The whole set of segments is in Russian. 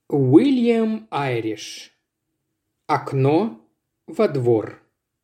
Уильям Айриш. Окно во двор.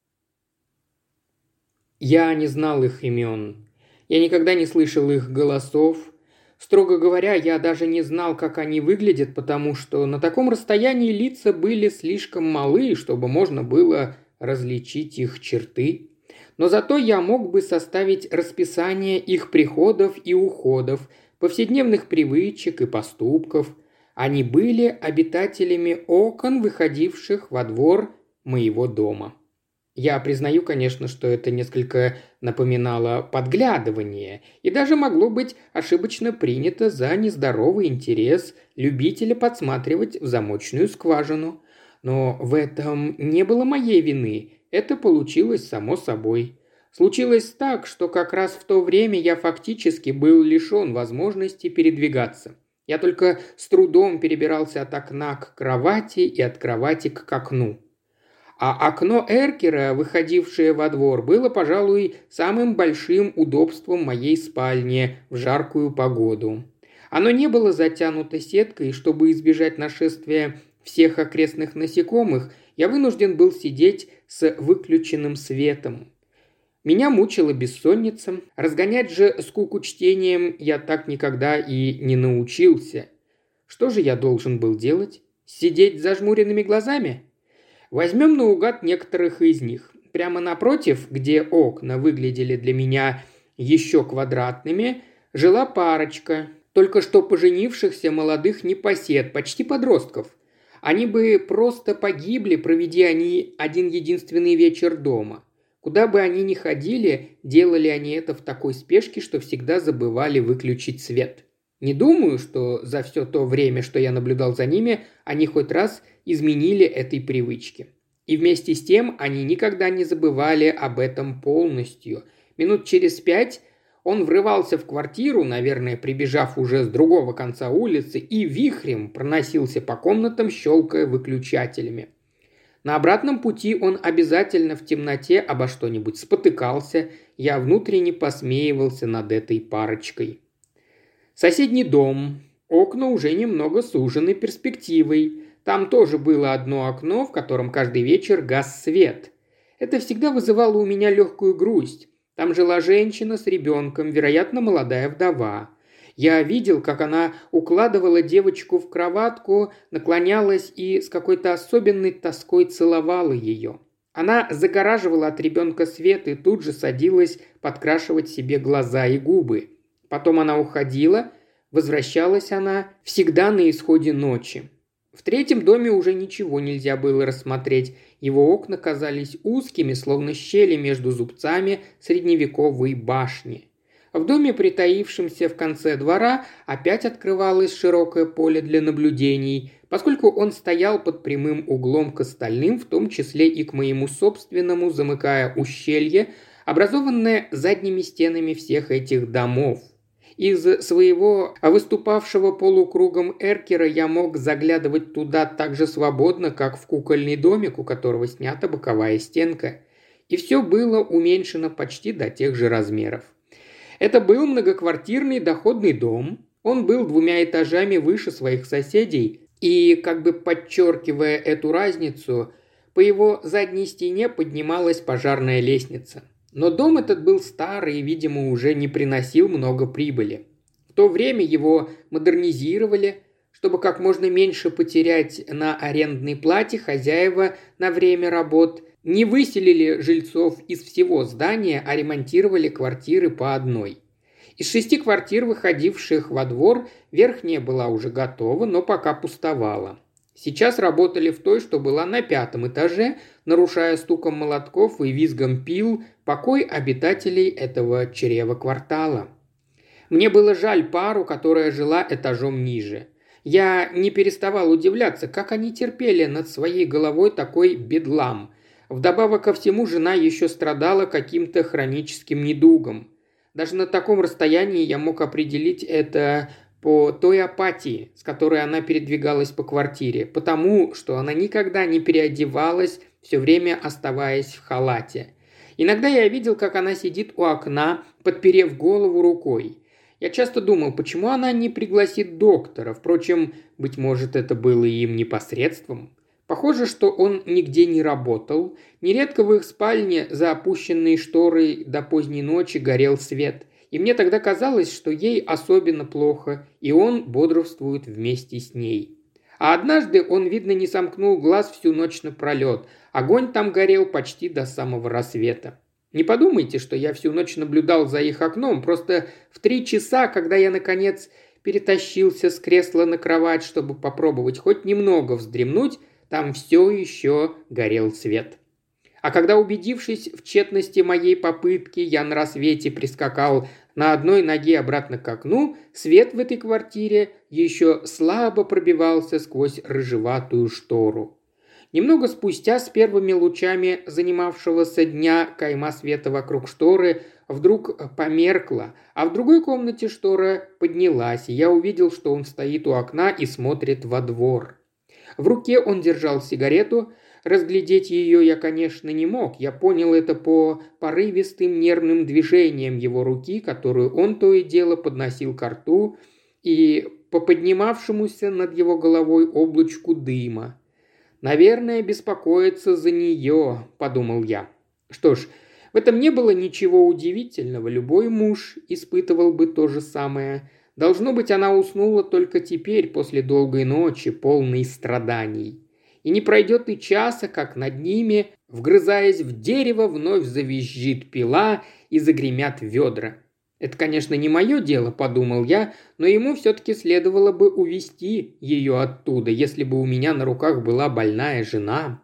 Я не знал их имен. Я никогда не слышал их голосов. Строго говоря, я даже не знал, как они выглядят, потому что на таком расстоянии лица были слишком малы, чтобы можно было различить их черты. Но зато я мог бы составить расписание их приходов и уходов, повседневных привычек и поступков. Они были обитателями окон, выходивших во двор моего дома. Я признаю, конечно, что это несколько напоминало подглядывание и даже могло быть ошибочно принято за нездоровый интерес любителя подсматривать в замочную скважину. Но в этом не было моей вины, это получилось само собой. Случилось так, что как раз в то время я фактически был лишен возможности передвигаться. Я только с трудом перебирался от окна к кровати и от кровати к окну. А окно эркера, выходившее во двор, было, пожалуй, самым большим удобством моей спальни в жаркую погоду. Оно не было затянуто сеткой, и чтобы избежать нашествия всех окрестных насекомых, я вынужден был сидеть с выключенным светом. Меня мучила бессонница. Разгонять же скуку чтением я так никогда и не научился. Что же я должен был делать? Сидеть с зажмуренными глазами? Возьмем наугад некоторых из них. Прямо напротив, где окна выглядели для меня еще квадратными, жила парочка, только что поженившихся молодых непосед, почти подростков. Они бы просто погибли, проведя они один единственный вечер дома. Куда бы они ни ходили, делали они это в такой спешке, что всегда забывали выключить свет. Не думаю, что за все то время, что я наблюдал за ними, они хоть раз изменили этой привычке. И вместе с тем они никогда не забывали об этом полностью. Минут через 5 он врывался в квартиру, наверное, прибежав уже с другого конца улицы, и вихрем проносился по комнатам, щелкая выключателями. На обратном пути он обязательно в темноте обо что-нибудь спотыкался, я внутренне посмеивался над этой парочкой. Соседний дом. Окна уже немного сужены перспективой. Там тоже было одно окно, в котором каждый вечер гас свет. Это всегда вызывало у меня легкую грусть. Там жила женщина с ребенком, вероятно, молодая вдова. Я видел, как она укладывала девочку в кроватку, наклонялась и с какой-то особенной тоской целовала ее. Она загораживала от ребенка свет и тут же садилась подкрашивать себе глаза и губы. Потом она уходила, возвращалась она всегда на исходе ночи. В третьем доме уже ничего нельзя было рассмотреть. Его окна казались узкими, словно щели между зубцами средневековой башни. В доме, притаившемся в конце двора, опять открывалось широкое поле для наблюдений, поскольку он стоял под прямым углом к остальным, в том числе и к моему собственному, замыкая ущелье, образованное задними стенами всех этих домов. Из своего выступавшего полукругом эркера я мог заглядывать туда так же свободно, как в кукольный домик, у которого снята боковая стенка. И все было уменьшено почти до тех же размеров. Это был многоквартирный доходный дом. Он был 2 этажами выше своих соседей, и, как бы подчеркивая эту разницу, по его задней стене поднималась пожарная лестница. Но дом этот был старый и, видимо, уже не приносил много прибыли. В то время его модернизировали, чтобы как можно меньше потерять на арендной плате, хозяева на время работ не выселили жильцов из всего здания, а ремонтировали квартиры по одной. Из 6 квартир, выходивших во двор, верхняя была уже готова, но пока пустовала. Сейчас работали в той, что была на 5-м этаже, нарушая стуком молотков и визгом пил покой обитателей этого чрева квартала. Мне было жаль пару, которая жила этажом ниже. Я не переставал удивляться, как они терпели над своей головой такой бедлам. Вдобавок ко всему, жена еще страдала каким-то хроническим недугом. Даже на таком расстоянии я мог определить это по той апатии, с которой она передвигалась по квартире, потому что она никогда не переодевалась, все время оставаясь в халате. Иногда я видел, как она сидит у окна, подперев голову рукой. Я часто думал, почему она не пригласит доктора. Впрочем, быть может, это было им непосредством. Похоже, что он нигде не работал. Нередко в их спальне за опущенной шторой до поздней ночи горел свет. И мне тогда казалось, что ей особенно плохо, и он бодрствует вместе с ней. А однажды он, видно, не сомкнул глаз всю ночь напролет. Огонь там горел почти до самого рассвета. Не подумайте, что я всю ночь наблюдал за их окном. Просто в 3 часа, когда я, наконец, перетащился с кресла на кровать, чтобы попробовать хоть немного вздремнуть, там все еще горел свет. А когда, убедившись в тщетности моей попытки, я на рассвете прискакал на одной ноге обратно к окну, свет в этой квартире еще слабо пробивался сквозь рыжеватую штору. Немного спустя, с первыми лучами занимавшегося дня, кайма света вокруг шторы вдруг померкла, а в другой комнате штора поднялась, и я увидел, что он стоит у окна и смотрит во двор. В руке он держал сигарету. Разглядеть ее я, конечно, не мог. Я понял это по порывистым нервным движениям его руки, которую он то и дело подносил ко рту, и по поднимавшемуся над его головой облачку дыма. «Наверное, беспокоится за нее», – подумал я. Что ж, в этом не было ничего удивительного. Любой муж испытывал бы то же самое. Должно быть, она уснула только теперь, после долгой ночи, полной страданий. И не пройдет и часа, как над ними, вгрызаясь в дерево, вновь завизжит пила и загремят ведра. Это, конечно, не мое дело, подумал я, но ему все-таки следовало бы увести ее оттуда, если бы у меня на руках была больная жена.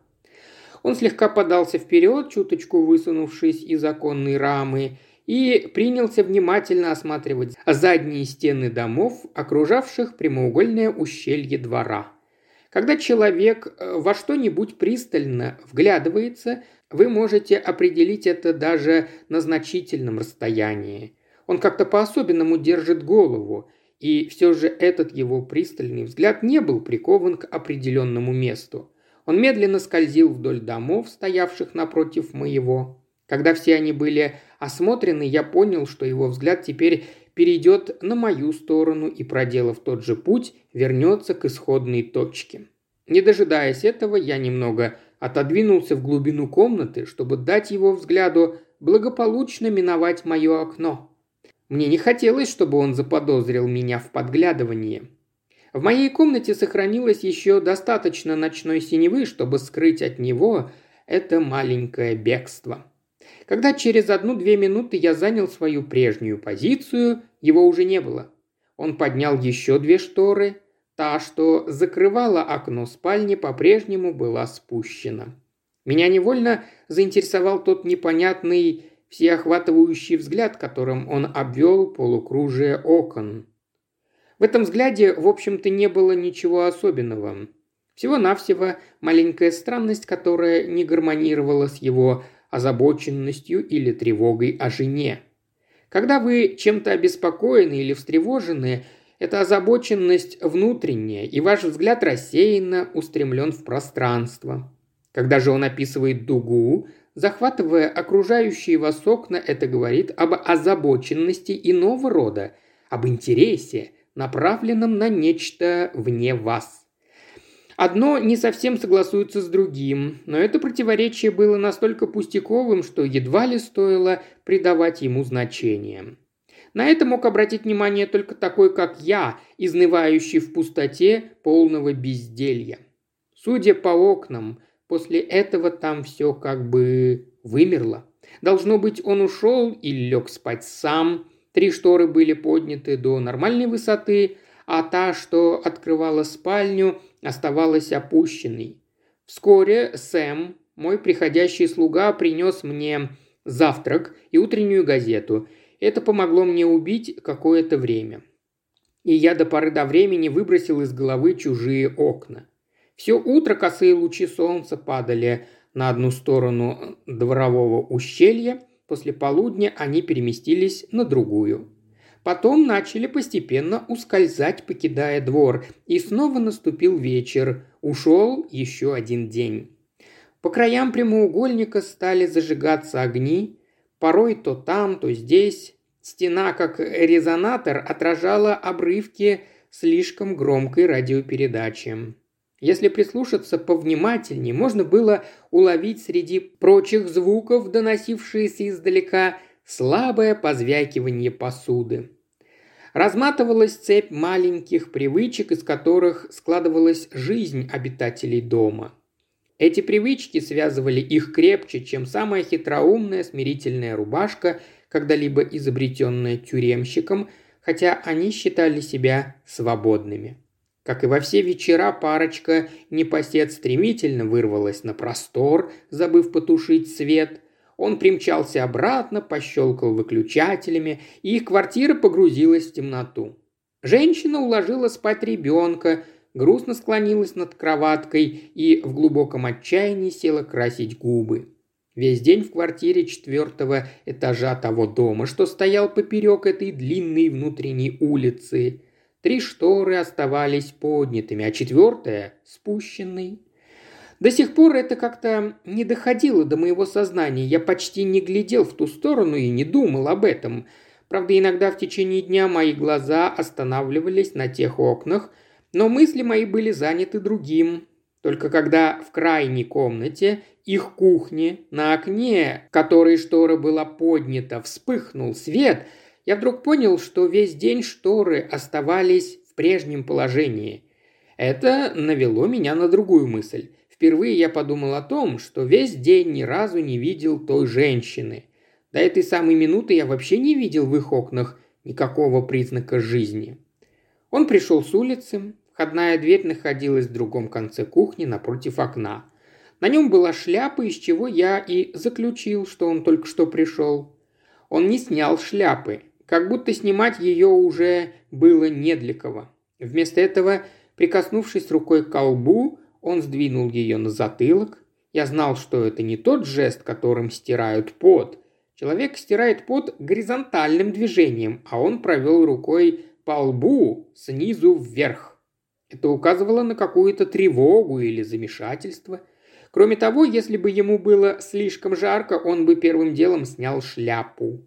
Он слегка подался вперед, чуточку высунувшись из оконной рамы, и принялся внимательно осматривать задние стены домов, окружавших прямоугольное ущелье двора. Когда человек во что-нибудь пристально вглядывается, вы можете определить это даже на значительном расстоянии. Он как-то по-особенному держит голову, и все же этот его пристальный взгляд не был прикован к определенному месту. Он медленно скользил вдоль домов, стоявших напротив моего. Когда все они были осмотрены, я понял, что его взгляд теперь перейдет на мою сторону и, проделав тот же путь, вернется к исходной точке. Не дожидаясь этого, я немного отодвинулся в глубину комнаты, чтобы дать его взгляду благополучно миновать мое окно. Мне не хотелось, чтобы он заподозрил меня в подглядывании. В моей комнате сохранилось еще достаточно ночной синевы, чтобы скрыть от него это маленькое бегство. Когда через 1-2 минуты я занял свою прежнюю позицию, его уже не было. Он поднял еще 2 шторы. Та, что закрывала окно спальни, по-прежнему была спущена. Меня невольно заинтересовал тот непонятный, всеохватывающий взгляд, которым он обвел полукружие окон. В этом взгляде, в общем-то, не было ничего особенного. Всего-навсего маленькая странность, которая не гармонировала с его озабоченностью или тревогой о жене. Когда вы чем-то обеспокоены или встревожены, эта озабоченность внутренняя, и ваш взгляд рассеянно устремлен в пространство. Когда же он описывает дугу, захватывая окружающие вас окна, это говорит об озабоченности иного рода, об интересе, направленном на нечто вне вас. Одно не совсем согласуется с другим, но это противоречие было настолько пустяковым, что едва ли стоило придавать ему значение. На это мог обратить внимание только такой, как я, изнывающий в пустоте полного безделья. Судя по окнам, после этого там все как бы вымерло. Должно быть, он ушел или лег спать сам. 3 шторы были подняты до нормальной высоты, а та, что открывала спальню, оставалась опущенной. Вскоре Сэм, мой приходящий слуга, принес мне завтрак и утреннюю газету. Это помогло мне убить какое-то время. И я до поры до времени выбросил из головы чужие окна. Все утро косые лучи солнца падали на одну сторону дворового ущелья, после полудня они переместились на другую. Потом начали постепенно ускользать, покидая двор, и снова наступил вечер, ушел еще один день. По краям прямоугольника стали зажигаться огни, порой то там, то здесь Стена, как резонатор, отражала обрывки слишком громкой радиопередачи. Если прислушаться повнимательнее, можно было уловить среди прочих звуков, доносившиеся издалека, слабое позвякивание посуды. Разматывалась цепь маленьких привычек, из которых складывалась жизнь обитателей дома. Эти привычки связывали их крепче, чем самая хитроумная смирительная рубашка, когда-либо изобретенная тюремщиком, хотя они считали себя свободными. Как и во все вечера, парочка непосед стремительно вырвалась на простор, забыв потушить свет. Он примчался обратно, пощелкал выключателями, и их квартира погрузилась в темноту. Женщина уложила спать ребенка, грустно склонилась над кроваткой и в глубоком отчаянии села красить губы. Весь день в квартире 4-го этажа того дома, что стоял поперек этой длинной внутренней улицы. 3 шторы оставались поднятыми, а 4-я – спущенной. До сих пор это как-то не доходило до моего сознания. Я почти не глядел в ту сторону и не думал об этом. Правда, иногда в течение дня мои глаза останавливались на тех окнах, но мысли мои были заняты другим. Только когда в крайней комнате, их кухне, на окне, которой штора была поднята, вспыхнул свет, я вдруг понял, что весь день шторы оставались в прежнем положении. Это навело меня на другую мысль. Впервые я подумал о том, что весь день ни разу не видел той женщины. До этой самой минуты я вообще не видел в их окнах никакого признака жизни. Он пришел с улицы. Входная дверь находилась в другом конце кухни, напротив окна. На нем была шляпа, из чего я и заключил, что он только что пришел. Он не снял шляпы, как будто снимать ее уже было не для кого. Вместо этого, прикоснувшись рукой к колбу, он сдвинул ее на затылок. Я знал, что это не тот жест, которым стирают пот. Человек стирает пот горизонтальным движением, а он провел рукой по лбу снизу вверх. Это указывало на какую-то тревогу или замешательство. Кроме того, если бы ему было слишком жарко, он бы первым делом снял шляпу.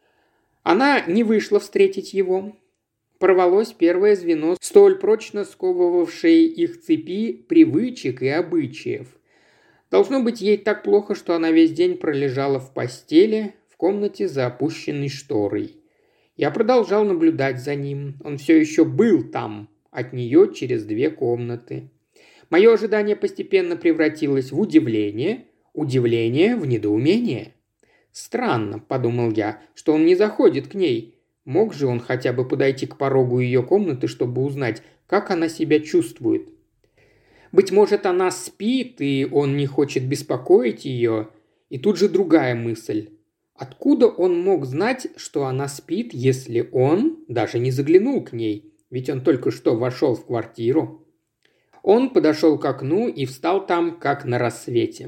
Она не вышла встретить его. Порвалось первое звено, столь прочно сковывавшее их цепи привычек и обычаев. Должно быть, ей так плохо, что она весь день пролежала в постели, в комнате за опущенной шторой. Я продолжал наблюдать за ним. Он все еще был там, от нее через 2 комнаты. Мое ожидание постепенно превратилось в удивление, удивление в недоумение. «Странно», – подумал я, – что он не заходит к ней. Мог же он хотя бы подойти к порогу ее комнаты, чтобы узнать, как она себя чувствует. Быть может, она спит, и он не хочет беспокоить ее. И тут же другая мысль. Откуда он мог знать, что она спит, если он даже не заглянул к ней? Ведь он только что вошел в квартиру. Он подошел к окну и встал там, как на рассвете.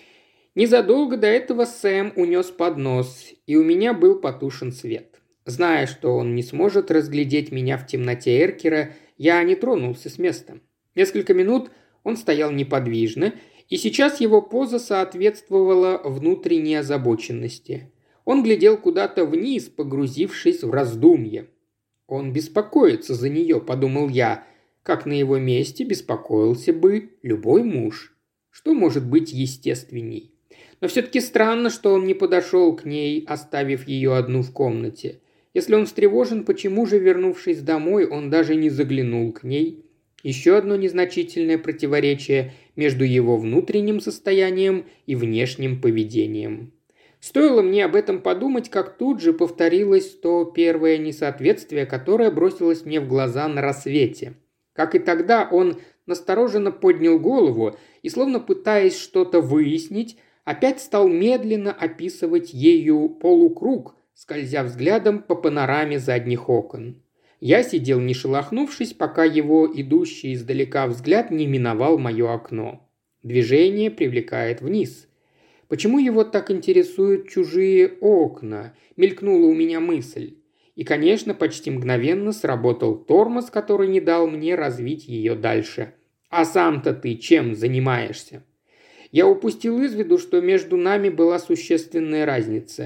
Незадолго до этого Сэм унес поднос, и у меня был потушен свет. Зная, что он не сможет разглядеть меня в темноте эркера, я не тронулся с места. Несколько минут он стоял неподвижно, и сейчас его поза соответствовала внутренней озабоченности. Он глядел куда-то вниз, погрузившись в раздумье. «Он беспокоится за нее», – подумал я, как на его месте беспокоился бы любой муж. Что может быть естественней? Но все-таки странно, что он не подошел к ней, оставив ее одну в комнате. Если он встревожен, почему же, вернувшись домой, он даже не заглянул к ней? Еще одно незначительное противоречие между его внутренним состоянием и внешним поведением. Стоило мне об этом подумать, как тут же повторилось то первое несоответствие, которое бросилось мне в глаза на рассвете. Как и тогда, он настороженно поднял голову и, словно пытаясь что-то выяснить, опять стал медленно описывать ею полукруг, скользя взглядом по панораме задних окон. Я сидел не шелохнувшись, пока его идущий издалека взгляд не миновал мое окно. Движение привлекает вниз. Почему его так интересуют чужие окна? Мелькнула у меня мысль. И, конечно, почти мгновенно сработал тормоз, который не дал мне развить ее дальше. «А сам-то ты чем занимаешься?» Я упустил из виду, что между нами была существенная разница.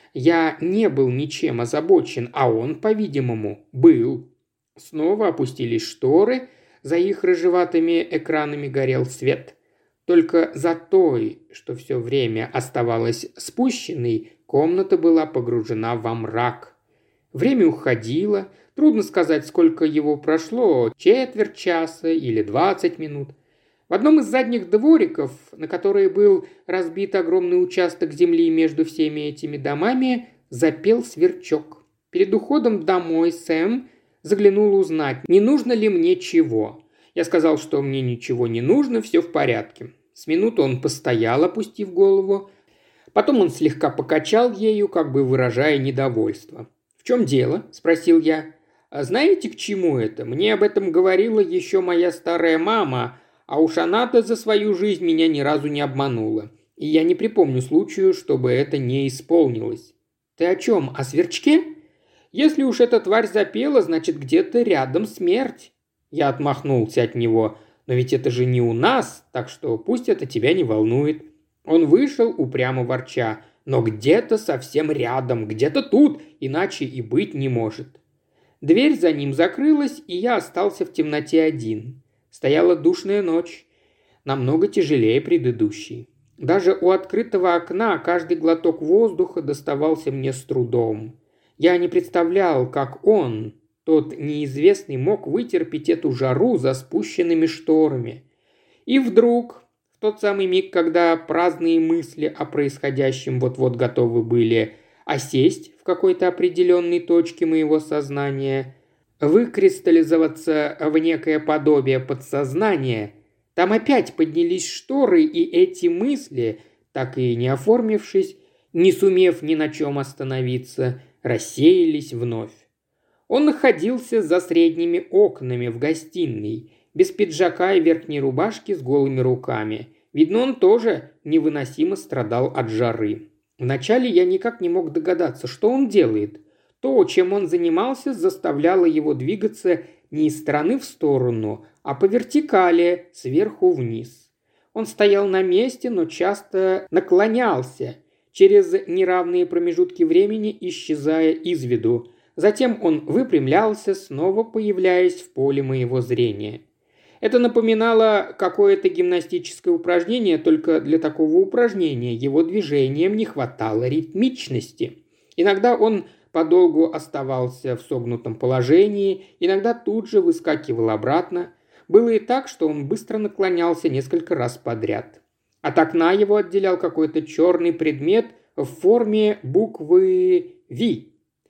Я не был ничем озабочен, а он, по-видимому, был. Снова опустились шторы, за их рыжеватыми экранами горел свет. Только за той, что все время оставалась спущенной, комната была погружена во мрак. Время уходило, трудно сказать, сколько его прошло, четверть часа или 20 минут. В одном из задних двориков, на который был разбит огромный участок земли между всеми этими домами, запел сверчок. Перед уходом домой Сэм заглянул узнать, не нужно ли мне чего. Я сказал, что мне ничего не нужно, все в порядке. С минуту он постоял, опустив голову. Потом он слегка покачал ею, как бы выражая недовольство. «В чем дело?» – спросил я. «А знаете, к чему это? Мне об этом говорила еще моя старая мама, а уж она-то за свою жизнь меня ни разу не обманула. И я не припомню случаю, чтобы это не исполнилось». «Ты о чем? О сверчке?» «Если уж эта тварь запела, значит, где-то рядом смерть». Я отмахнулся от него. «Но ведь это же не у нас, так что пусть это тебя не волнует». Он вышел, упрямо ворча. «Но где-то совсем рядом, где-то тут, иначе и быть не может». Дверь за ним закрылась, и я остался в темноте один. Стояла душная ночь, намного тяжелее предыдущей. Даже у открытого окна каждый глоток воздуха доставался мне с трудом. Я не представлял, как он, тот неизвестный, мог вытерпеть эту жару за спущенными шторами. И вдруг, в тот самый миг, когда праздные мысли о происходящем вот-вот готовы были осесть в какой-то определенной точке моего сознания, выкристаллизоваться в некое подобие подсознания, там опять поднялись шторы, и эти мысли, так и не оформившись, не сумев ни на чем остановиться, рассеялись вновь. Он находился за средними окнами в гостиной, без пиджака и верхней рубашки, с голыми руками. Видно, он тоже невыносимо страдал от жары. Вначале я никак не мог догадаться, что он делает. То, чем он занимался, заставляло его двигаться не из стороны в сторону, а по вертикали, сверху вниз. Он стоял на месте, но часто наклонялся, через неравные промежутки времени исчезая из виду. Затем он выпрямлялся, снова появляясь в поле моего зрения. Это напоминало какое-то гимнастическое упражнение, только для такого упражнения его движениям не хватало ритмичности. Иногда он подолгу оставался в согнутом положении, иногда тут же выскакивал обратно. Было и так, что он быстро наклонялся несколько раз подряд. От окна его отделял какой-то черный предмет в форме буквы «V».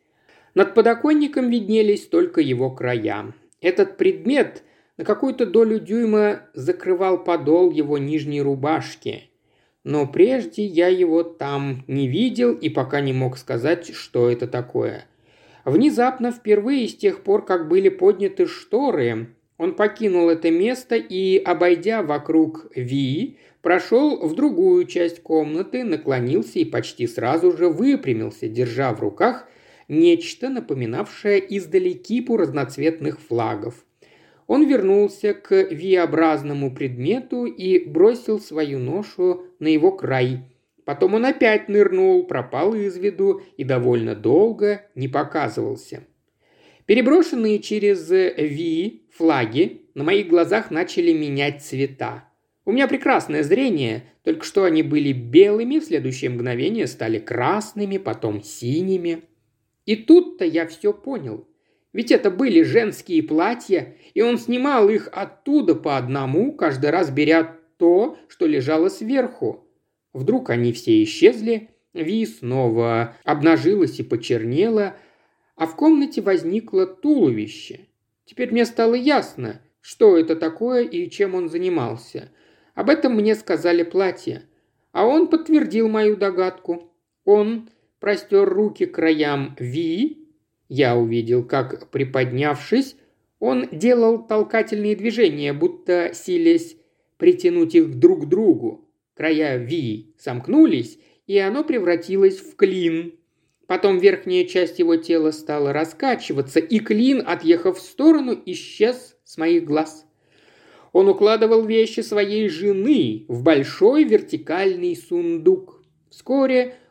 Над подоконником виднелись только его края. Этот предмет на какую-то долю дюйма закрывал подол его нижней рубашки. Но прежде я его там не видел и пока не мог сказать, что это такое. Внезапно, впервые с тех пор, как были подняты шторы, он покинул это место и, обойдя вокруг Ви, прошел в другую часть комнаты, наклонился и почти сразу же выпрямился, держа в руках нечто, напоминавшее издали кипу разноцветных флагов. Он вернулся к V-образному предмету и бросил свою ношу на его край. Потом он опять нырнул, пропал из виду и довольно долго не показывался. Переброшенные через V флаги на моих глазах начали менять цвета. У меня прекрасное зрение, только что они были белыми, в следующее мгновение стали красными, потом синими. И тут-то я все понял. Ведь это были женские платья, и он снимал их оттуда по одному, каждый раз беря то, что лежало сверху. Вдруг они все исчезли, Ви снова обнажилась и почернела, а в комнате возникло туловище. Теперь мне стало ясно, что это такое и чем он занимался. Об этом мне сказали платья, а он подтвердил мою догадку. Он простер руки к краям Ви. Я увидел, как, приподнявшись, он делал толкательные движения, будто силясь притянуть их друг к другу. Края Ви сомкнулись, и оно превратилось в клин. Потом верхняя часть его тела стала раскачиваться, и клин, отъехав в сторону, исчез с моих глаз. Он укладывал вещи своей жены в большой вертикальный сундук. Вскоре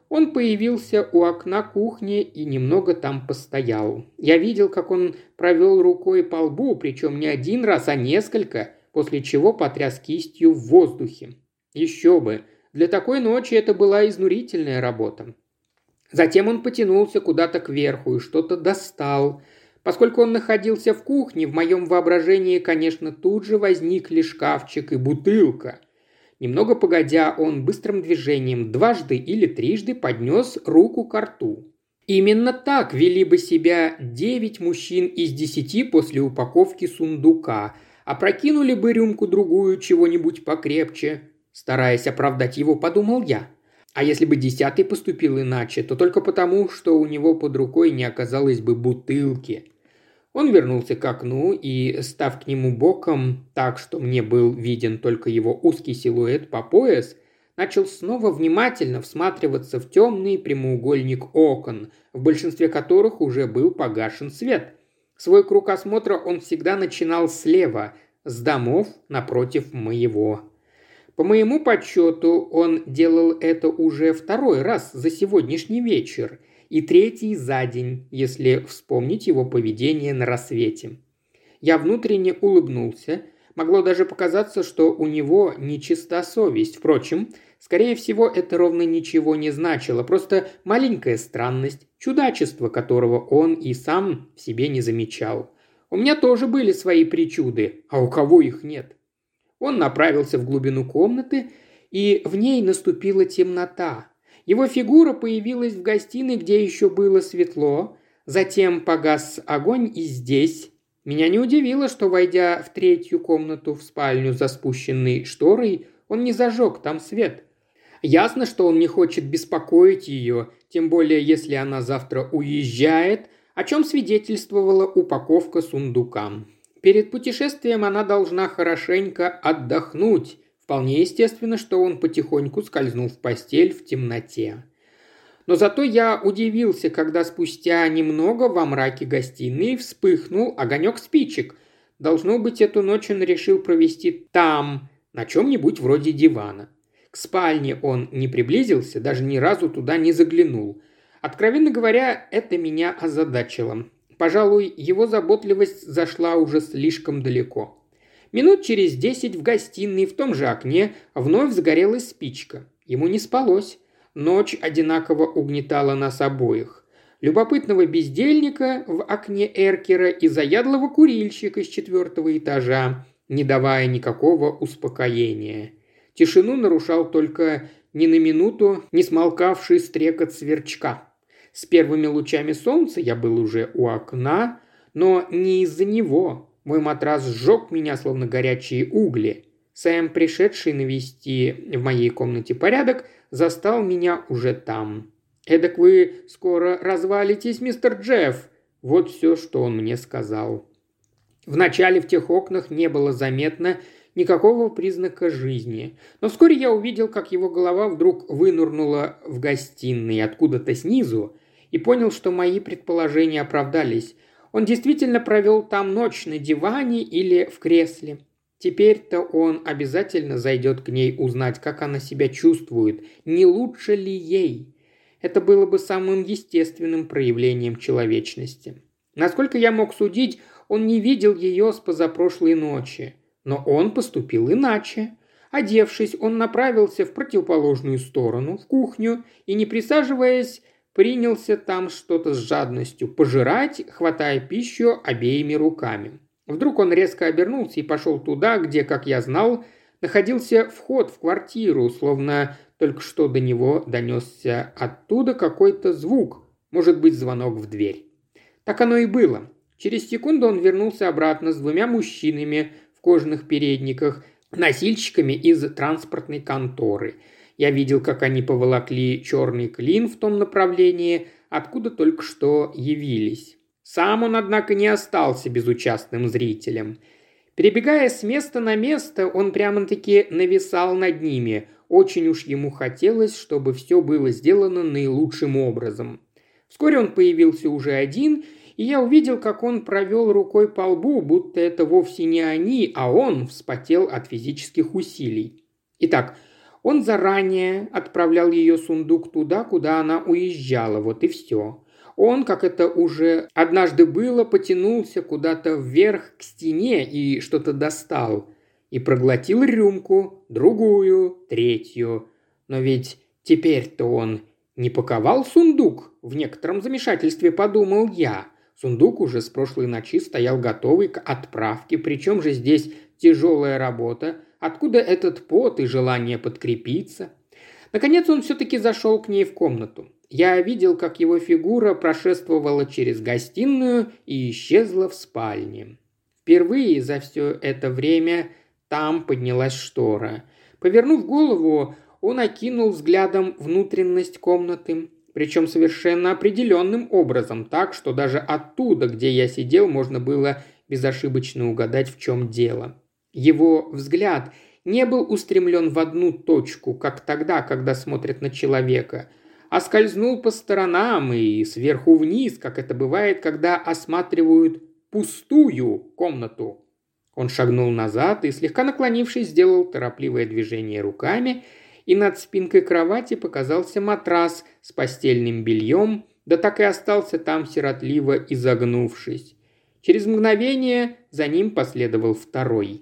Он появился у окна кухни и немного там постоял. Я видел, как он провел рукой по лбу, причем не один раз, а несколько, после чего потряс кистью в воздухе. Еще бы, для такой ночи это была изнурительная работа. Затем он потянулся куда-то кверху и что-то достал. Поскольку он находился в кухне, в моем воображении, конечно, тут же возникли шкафчик и бутылка. Немного погодя, он быстрым движением дважды или трижды поднес руку ко рту. Именно так вели бы себя 9 мужчин из 10 после упаковки сундука, опрокинули бы рюмку-другую чего-нибудь покрепче. Стараясь оправдать его, подумал я. А если бы 10-й поступил иначе, то только потому, что у него под рукой не оказалось бы бутылки. Он вернулся к окну и, став к нему боком, так что мне был виден только его узкий силуэт по пояс, начал снова внимательно всматриваться в темный прямоугольник окон, в большинстве которых уже был погашен свет. Свой круг осмотра он всегда начинал слева, с домов напротив моего. По моему подсчету, он делал это уже второй раз за сегодняшний вечер и третий за день, если вспомнить его поведение на рассвете. Я внутренне улыбнулся. Могло даже показаться, что у него нечиста совесть. Впрочем, скорее всего, это ровно ничего не значило. Просто маленькая странность, чудачество которого он и сам в себе не замечал. У меня тоже были свои причуды, а у кого их нет? Он направился в глубину комнаты, и в ней наступила темнота. Его фигура появилась в гостиной, где еще было светло, затем погас огонь и здесь. Меня не удивило, что, войдя в третью комнату в спальню за спущенной шторой, он не зажег там свет. Ясно, что он не хочет беспокоить ее, тем более если она завтра уезжает, о чем свидетельствовала упаковка сундука. Перед путешествием она должна хорошенько отдохнуть. Вполне естественно, что он потихоньку скользнул в постель в темноте. Но зато я удивился, когда спустя немного во мраке гостиной вспыхнул огонек спичек. Должно быть, эту ночь он решил провести там, на чем-нибудь вроде дивана. К спальне он не приблизился, даже ни разу туда не заглянул. Откровенно говоря, это меня озадачило. Пожалуй, его заботливость зашла уже слишком далеко. Минут через 10 в гостиной в том же окне вновь загорелась спичка. Ему не спалось. Ночь одинаково угнетала нас обоих. Любопытного бездельника в окне эркера и заядлого курильщика с 4-го этажа, не давая никакого успокоения. Тишину нарушал только ни на минуту не смолкавший стрекот сверчка. С первыми лучами солнца я был уже у окна, но не из-за него. Мой матрас сжег меня, словно горячие угли. Сэм, пришедший навести в моей комнате порядок, застал меня уже там. «Эдак вы скоро развалитесь, мистер Джефф!» Вот все, что он мне сказал. Вначале в тех окнах не было заметно никакого признака жизни. Но вскоре я увидел, как его голова вдруг вынырнула в гостиной откуда-то снизу и понял, что мои предположения оправдались. Он действительно провел там ночь на диване или в кресле. Теперь-то он обязательно зайдет к ней узнать, как она себя чувствует, не лучше ли ей. Это было бы самым естественным проявлением человечности. Насколько я мог судить, он не видел ее с позапрошлой ночи. Но он поступил иначе. Одевшись, он направился в противоположную сторону, в кухню, и, не присаживаясь, принялся там что-то с жадностью пожирать, хватая пищу обеими руками. Вдруг он резко обернулся и пошел туда, где, как я знал, находился вход в квартиру, словно только что до него донесся оттуда какой-то звук, может быть, звонок в дверь. Так оно и было. Через секунду он вернулся обратно с 2 мужчинами в кожаных передниках, носильщиками из транспортной конторы. Я видел, как они поволокли черный клин в том направлении, откуда только что явились. Сам он, однако, не остался безучастным зрителем. Перебегая с места на место, он прямо-таки нависал над ними. Очень уж ему хотелось, чтобы все было сделано наилучшим образом. Вскоре он появился уже один, и я увидел, как он провел рукой по лбу, будто это вовсе не они, а он вспотел от физических усилий. Итак, Он заранее отправлял ее сундук туда, куда она уезжала, вот и все. Он, как это уже однажды было, потянулся куда-то вверх к стене и что-то достал. И проглотил рюмку, другую, третью. Но ведь теперь-то он не паковал сундук? В некотором замешательстве подумал я. Сундук уже с прошлой ночи стоял готовый к отправке, причем же здесь тяжелая работа. Откуда этот пот и желание подкрепиться? Наконец он все-таки зашел к ней в комнату. Я видел, как его фигура прошествовала через гостиную и исчезла в спальне. Впервые за все это время там поднялась штора. Повернув голову, он окинул взглядом внутренность комнаты, причем совершенно определенным образом, так, что даже оттуда, где я сидел, можно было безошибочно угадать, в чем дело. Его взгляд не был устремлен в одну точку, как тогда, когда смотрят на человека, а скользнул по сторонам и сверху вниз, как это бывает, когда осматривают пустую комнату. Он шагнул назад и, слегка наклонившись, сделал торопливое движение руками, и над спинкой кровати показался матрас с постельным бельем, да так и остался там сиротливо изогнувшись. Через мгновение за ним последовал второй.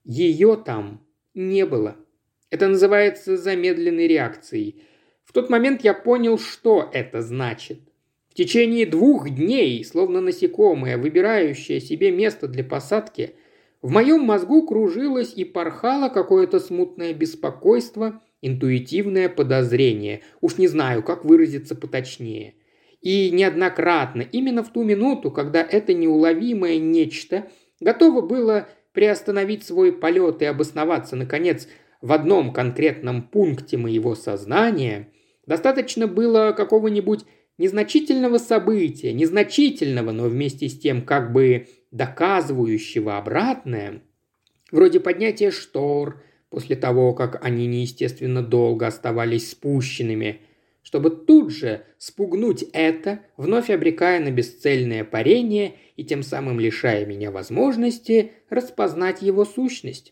Ее там не было. Это называется замедленной реакцией. В тот момент я понял, что это значит. В течение 2 дней, словно насекомое, выбирающее себе место для посадки, в моем мозгу кружилось и порхало какое-то смутное беспокойство, интуитивное подозрение. Уж не знаю, как выразиться поточнее. И неоднократно, именно в ту минуту, когда это неуловимое нечто готово было приостановить свой полет и обосноваться, наконец, в одном конкретном пункте моего сознания, достаточно было какого-нибудь незначительного события, незначительного, но вместе с тем как бы доказывающего обратное, вроде поднятия штор после того, как они неестественно долго оставались спущенными, чтобы тут же спугнуть это, вновь обрекая на бесцельное парение и тем самым лишая меня возможности распознать его сущность.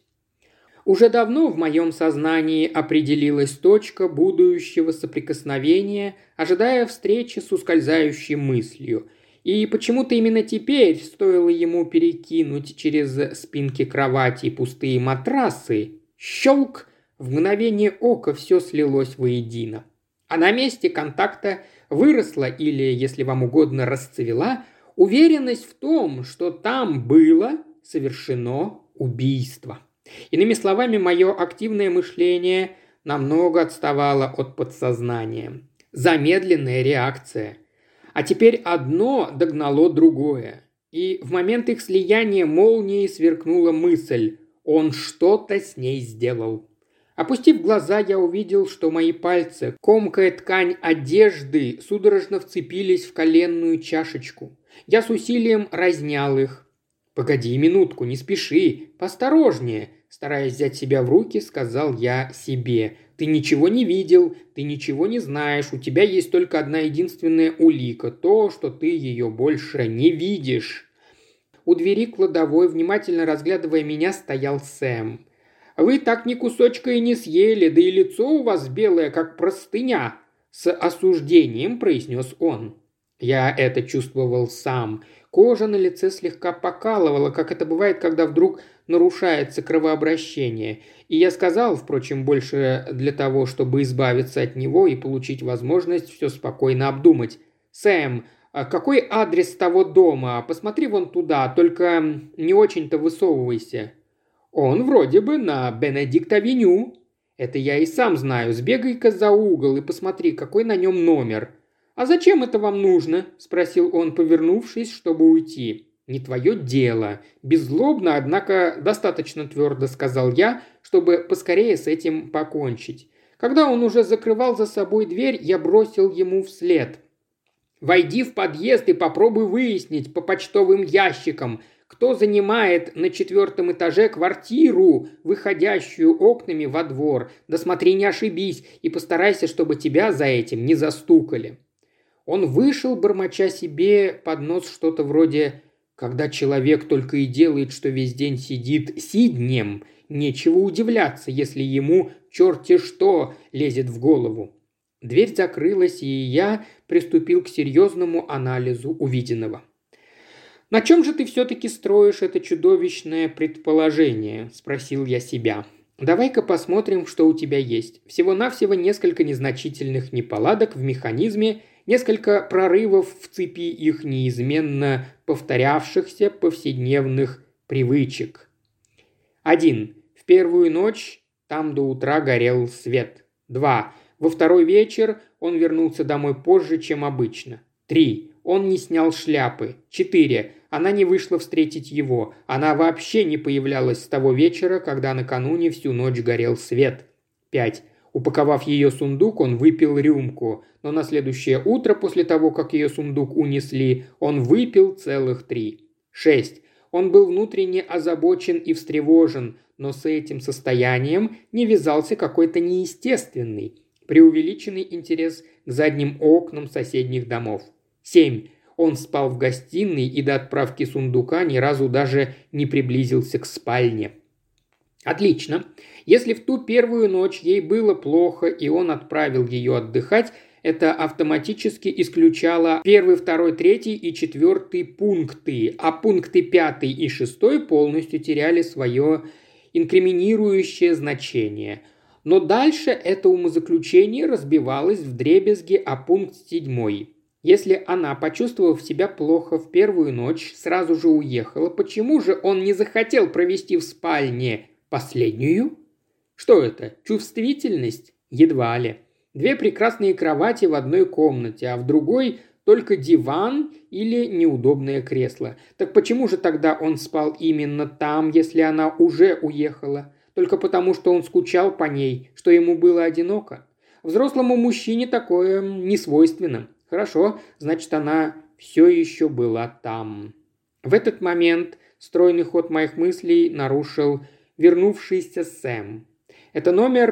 Уже давно в моем сознании определилась точка будущего соприкосновения, ожидая встречи с ускользающей мыслью. И почему-то именно теперь, стоило ему перекинуть через спинки кровати пустые матрасы, щелк, в мгновение ока все слилось воедино. А на месте контакта выросла или, если вам угодно, расцвела уверенность в том, что там было совершено убийство. Иными словами, мое активное мышление намного отставало от подсознания. Замедленная реакция. А теперь одно догнало другое. И в момент их слияния молнией сверкнула мысль: он что-то с ней сделал. Опустив глаза, я увидел, что мои пальцы, комкая ткань одежды, судорожно вцепились в коленную чашечку. Я с усилием разнял их. «Погоди минутку, не спеши, поосторожнее», стараясь взять себя в руки, сказал я себе. «Ты ничего не видел, ты ничего не знаешь, у тебя есть только одна единственная улика, то, что ты ее больше не видишь». У двери кладовой, внимательно разглядывая меня, стоял Сэм. «Вы так ни кусочка и не съели, да и лицо у вас белое, как простыня», – с осуждением произнес он. Я это чувствовал сам. Кожа на лице слегка покалывала, как это бывает, когда вдруг нарушается кровообращение. И я сказал, впрочем, больше для того, чтобы избавиться от него и получить возможность все спокойно обдумать. «Сэм, какой адрес того дома? Посмотри вон туда, только не очень-то высовывайся». «Он вроде бы на Бенедикт-авеню». «Это я и сам знаю. Сбегай-ка за угол и посмотри, какой на нем номер». «А зачем это вам нужно?» – спросил он, повернувшись, чтобы уйти. «Не твое дело». Беззлобно, однако достаточно твердо сказал я, чтобы поскорее с этим покончить. Когда он уже закрывал за собой дверь, я бросил ему вслед: «Войди в подъезд и попробуй выяснить по почтовым ящикам, кто занимает на 4-м этаже квартиру, выходящую окнами во двор. Да смотри, не ошибись, и постарайся, чтобы тебя за этим не застукали». Он вышел, бормоча себе под нос что-то вроде «когда человек только и делает, что весь день сидит сиднем, нечего удивляться, если ему черти что лезет в голову. Дверь закрылась, и я приступил к серьезному анализу увиденного. «На чем же ты все-таки строишь это чудовищное предположение?» – спросил я себя. «Давай-ка посмотрим, что у тебя есть. Всего-навсего несколько незначительных неполадок в механизме, несколько прорывов в цепи их неизменно повторявшихся повседневных привычек. 1. В первую ночь там до утра горел свет. 2. Во второй вечер он вернулся домой позже, чем обычно. 3. Он не снял шляпы. 4. Она не вышла встретить его. Она вообще не появлялась с того вечера, когда накануне всю ночь горел свет. 5. Упаковав ее сундук, он выпил рюмку, но на следующее утро, после того, как ее сундук унесли, он выпил целых 3. 6. Он был внутренне озабочен и встревожен, но с этим состоянием не вязался какой-то неестественный, преувеличенный интерес к задним окнам соседних домов. 7. Он спал в гостиной и до отправки сундука ни разу даже не приблизился к спальне. Отлично. Если в ту первую ночь ей было плохо, и он отправил ее отдыхать, это автоматически исключало 1, 2, 3 и 4 пункты, а пункты 5 и 6 полностью теряли свое инкриминирующее значение. Но дальше это умозаключение разбивалось вдребезги о пункт 7. Если она, почувствовав себя плохо в первую ночь, сразу же уехала, почему же он не захотел провести в спальне последнюю? Что это, чувствительность? Едва ли. 2 прекрасные кровати в одной комнате, а в другой только диван или неудобное кресло. Так почему же тогда он спал именно там, если она уже уехала? Только потому, что он скучал по ней, что ему было одиноко? Взрослому мужчине такое не свойственно. Хорошо, значит, она все еще была там. В этот момент стройный ход моих мыслей нарушил вернувшийся Сэм. Это номер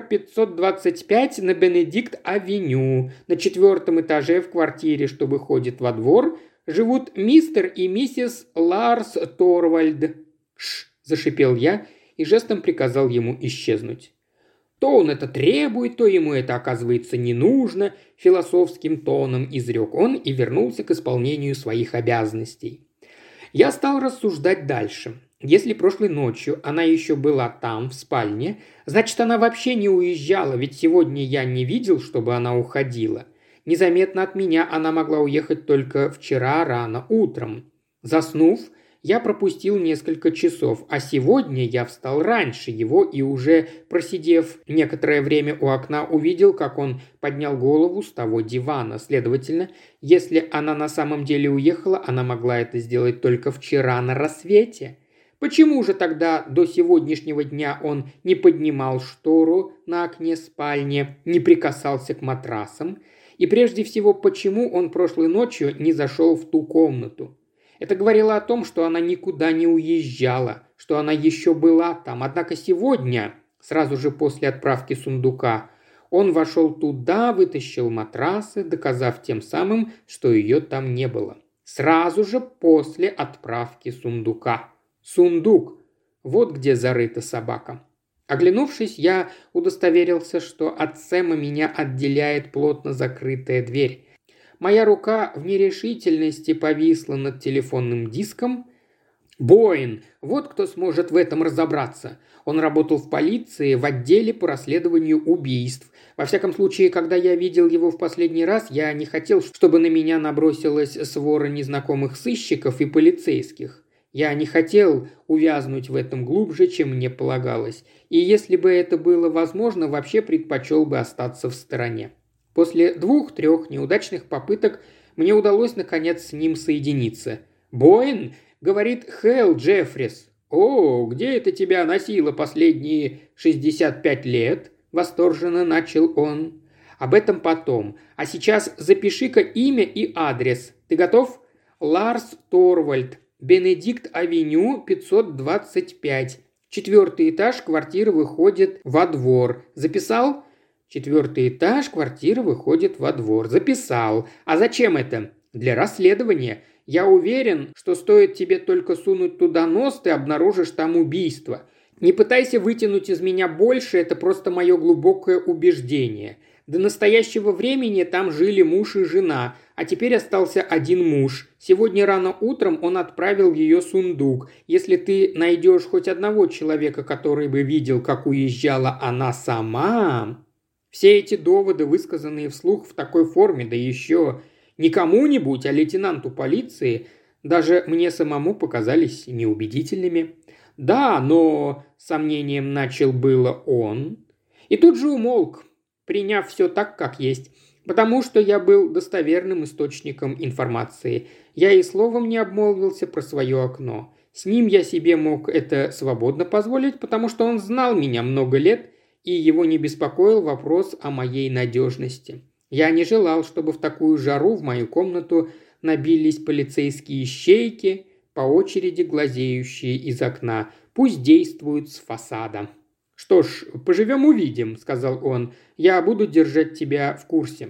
525 на Бенедикт-авеню. На 4 этаже в квартире, что выходит во двор, живут мистер и миссис Ларс Торвальд. «Ш!» – зашипел я и жестом приказал ему исчезнуть. То он это требует, то ему это, оказывается, не нужно, философским тоном изрек он и вернулся к исполнению своих обязанностей. Я стал рассуждать дальше. Если прошлой ночью она еще была там, в спальне, значит, она вообще не уезжала, ведь сегодня я не видел, чтобы она уходила. Незаметно от меня она могла уехать только вчера рано утром. Заснув, я пропустил несколько часов, а сегодня я встал раньше его и уже, просидев некоторое время у окна, увидел, как он поднял голову с того дивана. Следовательно, если она на самом деле уехала, она могла это сделать только вчера на рассвете. Почему же тогда до сегодняшнего дня он не поднимал штору на окне спальни, не прикасался к матрасам? И прежде всего, почему он прошлой ночью не зашел в ту комнату? Это говорило о том, что она никуда не уезжала, что она еще была там. Однако сегодня, сразу же после отправки сундука, он вошел туда, вытащил матрасы, доказав тем самым, что ее там не было. Сразу же после отправки сундука. Сундук. Вот где зарыта собака. Оглянувшись, я удостоверился, что от Сэма меня отделяет плотно закрытая дверь. Моя рука в нерешительности повисла над телефонным диском. Боин, вот кто сможет в этом разобраться. Он работал в полиции в отделе по расследованию убийств. Во всяком случае, когда я видел его в последний раз, я не хотел, чтобы на меня набросилась свора незнакомых сыщиков и полицейских. Я не хотел увязнуть в этом глубже, чем мне полагалось. И если бы это было возможно, вообще предпочел бы остаться в стороне. После 2-3 неудачных попыток мне удалось наконец с ним соединиться. «Боин?» – говорит Хэл Джеффрис. «О, где это тебя носило последние 65 лет?» – восторженно начал он. «Об этом потом. А сейчас запиши-ка имя и адрес. Ты готов? Ларс Торвальд. Бенедикт-авеню, 525. 4 этаж, квартира выходит во двор. Записал?» 4 этаж, квартира выходит во двор. Записал. А зачем это? Для расследования. Я уверен, что стоит тебе только сунуть туда нос, ты обнаружишь там убийство. Не пытайся вытянуть из меня больше, это просто мое глубокое убеждение. До настоящего времени там жили муж и жена, а теперь остался один муж. Сегодня рано утром он отправил в ее сундук. Если ты найдешь хоть одного человека, который бы видел, как уезжала она сама... Все эти доводы, высказанные вслух в такой форме, да еще не кому-нибудь, а лейтенанту полиции, даже мне самому показались неубедительными. «Да, но...» – сомнением начал было он. И тут же умолк, приняв все так, как есть. Потому что я был достоверным источником информации. Я и словом не обмолвился про свое окно. С ним я себе мог это свободно позволить, потому что он знал меня много лет, и его не беспокоил вопрос о моей надежности. Я не желал, чтобы в такую жару в мою комнату набились полицейские ищейки, по очереди глазеющие из окна. Пусть действуют с фасада. «Что ж, поживем-увидим», – сказал он. «Я буду держать тебя в курсе».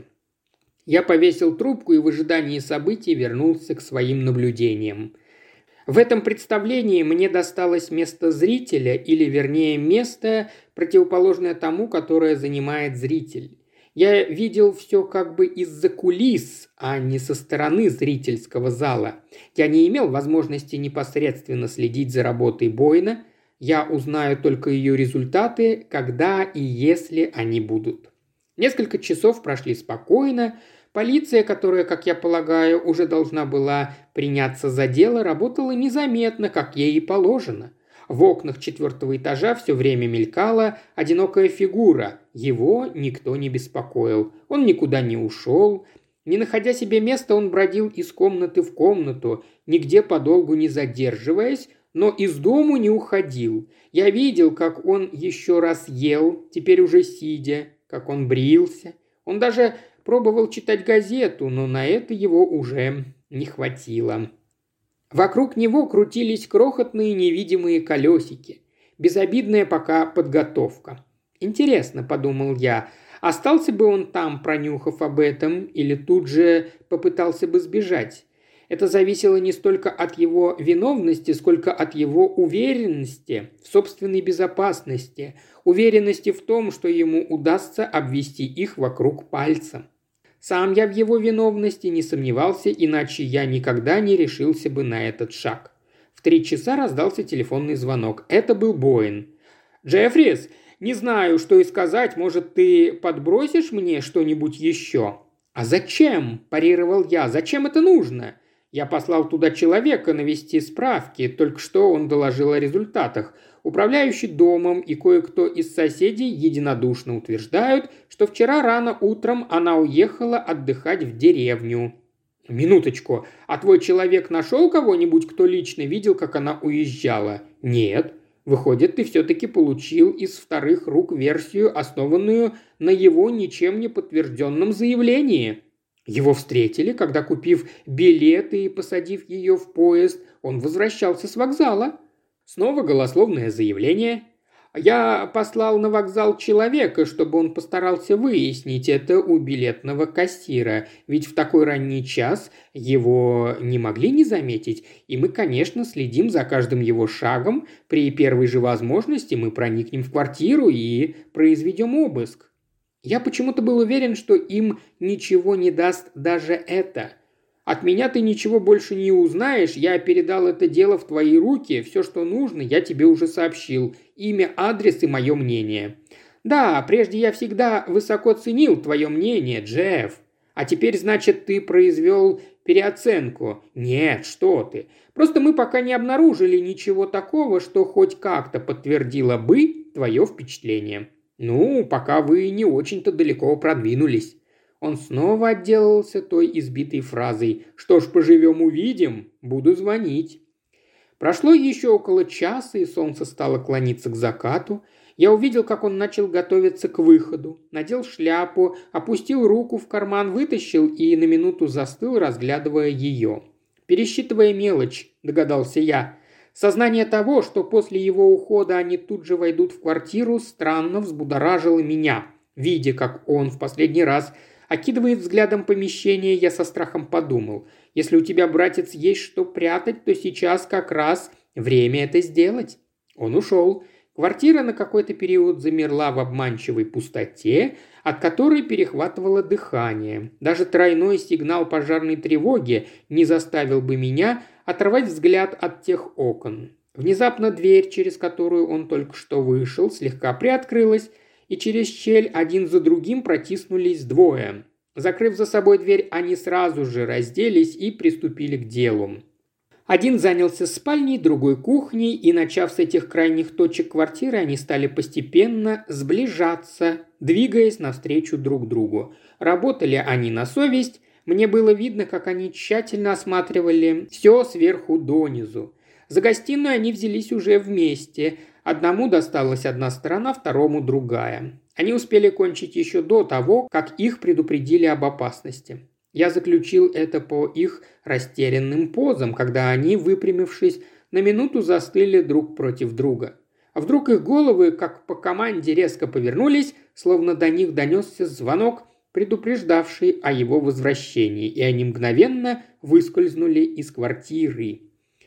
Я повесил трубку и в ожидании событий вернулся к своим наблюдениям. В этом представлении мне досталось место зрителя, или вернее место, противоположное тому, которое занимает зритель. Я видел все как бы из-за кулис, а не со стороны зрительского зала. Я не имел возможности непосредственно следить за работой Бойна. Я узнаю только ее результаты, когда и если они будут. Несколько часов прошли спокойно. Полиция, которая, как я полагаю, уже должна была приняться за дело, работала незаметно, как ей и положено. В окнах 4-го этажа все время мелькала одинокая фигура. Его никто не беспокоил. Он никуда не ушел. Не находя себе места, он бродил из комнаты в комнату, нигде подолгу не задерживаясь, но из дому не уходил. Я видел, как он еще раз ел, теперь уже сидя, как он брился. Он даже пробовал читать газету, но на это его уже не хватило. Вокруг него крутились крохотные невидимые колесики. Безобидная пока подготовка. «Интересно», – подумал я, – остался бы он там, пронюхав об этом, или тут же попытался бы сбежать? Это зависело не столько от его виновности, сколько от его уверенности в собственной безопасности, уверенности в том, что ему удастся обвести их вокруг пальца. Сам я в его виновности не сомневался, иначе я никогда не решился бы на этот шаг. В 3 часа раздался телефонный звонок. Это был Боин. «Джеффрис, не знаю, что и сказать. Может, ты подбросишь мне что-нибудь еще?» «А зачем?» – парировал я. «Зачем это нужно?» «Я послал туда человека навести справки. Только что он доложил о результатах. Управляющий домом и кое-кто из соседей единодушно утверждают, что вчера рано утром она уехала отдыхать в деревню». «Минуточку, а твой человек нашел кого-нибудь, кто лично видел, как она уезжала?» «Нет. Выходит, ты все-таки получил из вторых рук версию, основанную на его ничем не подтвержденном заявлении». Его встретили, когда, купив билеты и посадив ее в поезд, он возвращался с вокзала. Снова голословное заявление. «Я послал на вокзал человека, чтобы он постарался выяснить это у билетного кассира, ведь в такой ранний час его не могли не заметить, и мы, конечно, следим за каждым его шагом. При первой же возможности мы проникнем в квартиру и произведем обыск». Я почему-то был уверен, что им ничего не даст даже это. «От меня ты ничего больше не узнаешь, я передал это дело в твои руки, все, что нужно, я тебе уже сообщил. Имя, адрес и мое мнение». «Да, прежде я всегда высоко ценил твое мнение, Джефф. А теперь, значит, ты произвел переоценку». «Нет, что ты. Просто мы пока не обнаружили ничего такого, что хоть как-то подтвердило бы твое впечатление». «Ну, пока вы не очень-то далеко продвинулись». Он снова отделался той избитой фразой: «Что ж, поживем-увидим, буду звонить». Прошло еще около часа, и солнце стало клониться к закату. Я увидел, как он начал готовиться к выходу. Надел шляпу, опустил руку в карман, вытащил и на минуту застыл, разглядывая ее. «Пересчитывая мелочь», – догадался я. Сознание того, что после его ухода они тут же войдут в квартиру, странно взбудоражило меня. Видя, как он в последний раз окидывает взглядом помещение, я со страхом подумал: если у тебя, братец, есть что прятать, то сейчас как раз время это сделать. Он ушел. Квартира на какой-то период замерла в обманчивой пустоте, от которой перехватывало дыхание. Даже тройной сигнал пожарной тревоги не заставил бы меня оторвать взгляд от тех окон. Внезапно дверь, через которую он только что вышел, слегка приоткрылась, и через щель один за другим протиснулись двое. Закрыв за собой дверь, они сразу же разделись и приступили к делу. Один занялся спальней, другой кухней, и, начав с этих крайних точек квартиры, они стали постепенно сближаться, двигаясь навстречу друг другу. Работали они на совесть, мне было видно, как они тщательно осматривали все сверху донизу. За гостиную они взялись уже вместе. Одному досталась одна сторона, второму другая. Они успели кончить еще до того, как их предупредили об опасности. Я заключил это по их растерянным позам, когда они, выпрямившись, на минуту застыли друг против друга. А вдруг их головы, как по команде, резко повернулись, словно до них донесся звонок, предупреждавший о его возвращении, и они мгновенно выскользнули из квартиры.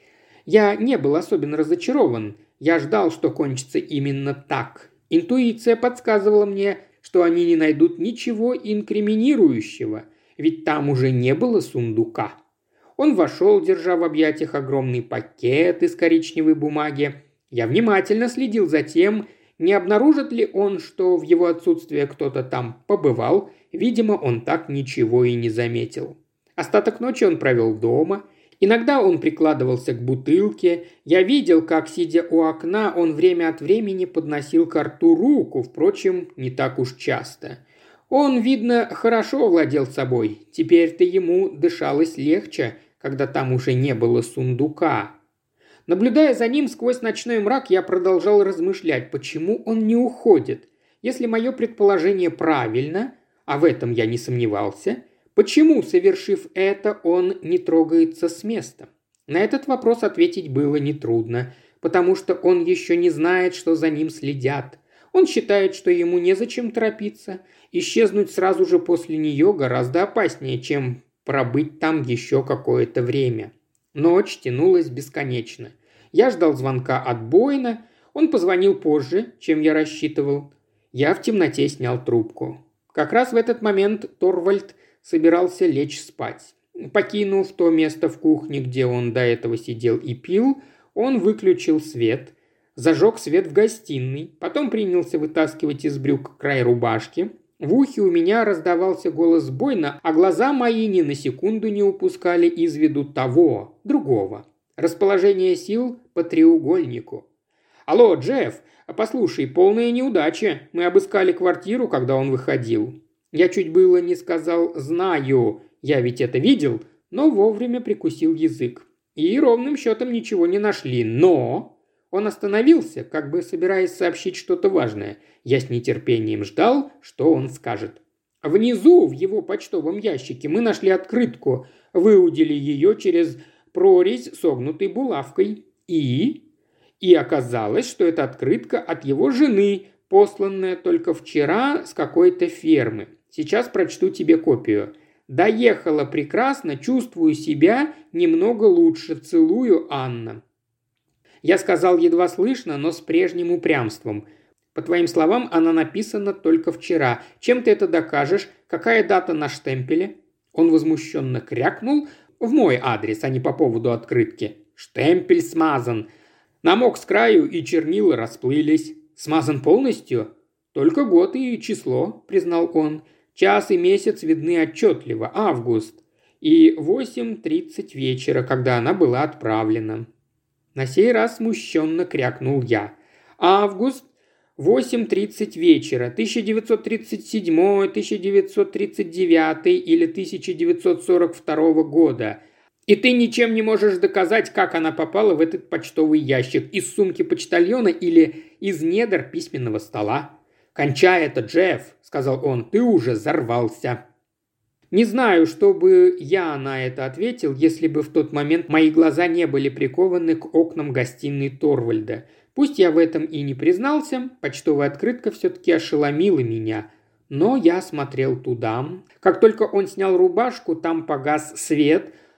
Я не был особенно разочарован. Я ждал, что кончится именно так. Интуиция подсказывала мне, что они не найдут ничего инкриминирующего, ведь там уже не было сундука. Он вошел, держа в объятиях огромный пакет из коричневой бумаги. Я внимательно следил за тем, не обнаружит ли он, что в его отсутствие кто-то там побывал. Видимо, он так ничего и не заметил. Остаток ночи он провел дома. Иногда он прикладывался к бутылке. Я видел, как, сидя у окна, он время от времени подносил к рту руку, впрочем, не так уж часто. Он, видно, хорошо владел собой. Теперь-то ему дышалось легче, когда там уже не было сундука. Наблюдая за ним сквозь ночной мрак, я продолжал размышлять, почему он не уходит. Если мое предположение правильно, а в этом я не сомневался, почему, совершив это, он не трогается с места? На этот вопрос ответить было нетрудно, потому что он еще не знает, что за ним следят. Он считает, что ему незачем торопиться. Исчезнуть сразу же после нее гораздо опаснее, чем пробыть там еще какое-то время. Ночь тянулась бесконечно. Я ждал звонка от Бойна. Он позвонил позже, чем я рассчитывал. Я в темноте снял трубку. Как раз в этот момент Торвальд собирался лечь спать. Покинув то место в кухне, где он до этого сидел и пил, он выключил свет, зажег свет в гостиной, потом принялся вытаскивать из брюк край рубашки. В ухе у меня раздавался голос Бойна, а глаза мои ни на секунду не упускали из виду того, другого. Расположение сил по треугольнику. «Алло, Джефф, послушай, полная неудача. Мы обыскали квартиру, когда он выходил». Я чуть было не сказал «знаю», я ведь это видел, но вовремя прикусил язык. И ровным счетом ничего не нашли, но... Он остановился, как бы собираясь сообщить что-то важное. Я с нетерпением ждал, что он скажет. Внизу, в его почтовом ящике, мы нашли открытку, выудили ее через прорезь согнутой булавкой. И оказалось, что это открытка от его жены, посланная только вчера с какой-то фермы. Сейчас прочту тебе копию. «Доехала прекрасно, чувствую себя немного лучше. Целую, Анна». Я сказал едва слышно, но с прежним упрямством. По твоим словам, она написана только вчера. Чем ты это докажешь? Какая дата на штемпеле? Он возмущенно крякнул в мой адрес, а не по поводу открытки. Штемпель смазан. Намок с краю, и чернила расплылись. Смазан полностью? Только год и число, признал он. Час и месяц видны отчетливо. Август. И 8:30 вечера, когда она была отправлена. На сей раз смущенно крякнул я. Август, 8:30 вечера, 1937, 1939 или 1942 года. И ты ничем не можешь доказать, как она попала в этот почтовый ящик, из сумки почтальона или из недр письменного стола. «Кончай это, Джефф», — сказал он, — «ты уже взорвался». Не знаю, что бы я на это ответил, если бы в тот момент мои глаза не были прикованы к окнам гостиной Торвальда. Пусть я в этом и не признался, почтовая открытка все-таки ошеломила меня. Но я смотрел туда. Как только он снял рубашку, там погас свет,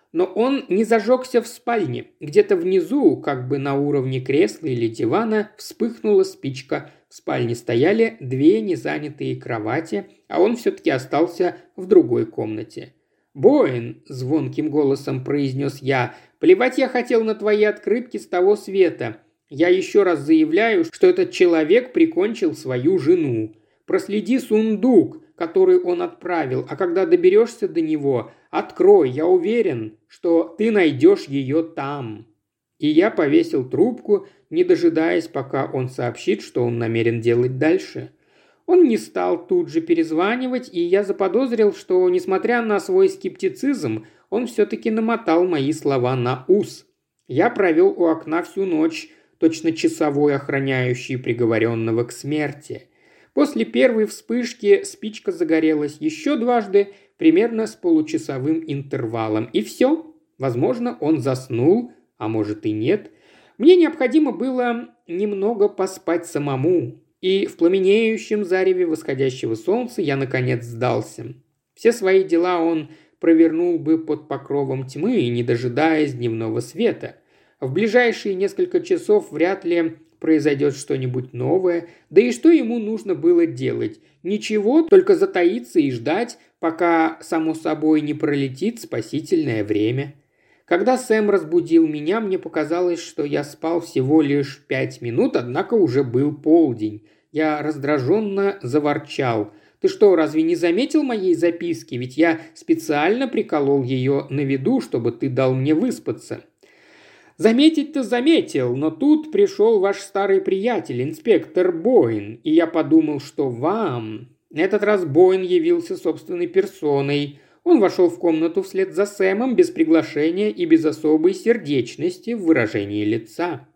Но он не зажегся в спальне. Где-то внизу, как бы на уровне кресла или дивана, вспыхнула спичка. В спальне стояли две незанятые кровати, а он все-таки остался в другой комнате. «Боин», – звонким голосом произнес я, – «плевать я хотел на твои открытки с того света. Я еще раз заявляю, что этот человек прикончил свою жену. Проследи сундук, который он отправил, а когда доберешься до него, открой, я уверен, что ты найдешь ее там». И я повесил трубку, не дожидаясь, пока он сообщит, что он намерен делать дальше. Он не стал тут же перезванивать, и я заподозрил, что, несмотря на свой скептицизм, он все-таки намотал мои слова на ус. Я провел у окна всю ночь, точно часовой, охраняющий приговоренного к смерти. После первой вспышки спичка загорелась еще дважды, примерно с получасовым интервалом. И все. Возможно, он заснул, а может и нет. Мне необходимо было немного поспать самому. И в пламенеющем зареве восходящего солнца я, наконец, сдался. Все свои дела он провернул бы под покровом тьмы, не дожидаясь дневного света. В ближайшие несколько часов вряд ли произойдет что-нибудь новое. Да и что ему нужно было делать? Ничего, только затаиться и ждать, пока, само собой, не пролетит спасительное время. Когда Сэм разбудил меня, мне показалось, что я спал всего лишь 5 минут, однако уже был полдень. Я раздраженно заворчал. «Ты что, разве не заметил моей записки? Ведь я специально приколол ее на виду, чтобы ты дал мне выспаться». «Заметить-то заметил, но тут пришел ваш старый приятель, инспектор Боин, и я подумал, что вам...» На этот раз Боин явился собственной персоной. Он вошел в комнату вслед за Сэмом без приглашения и без особой сердечности в выражении лица.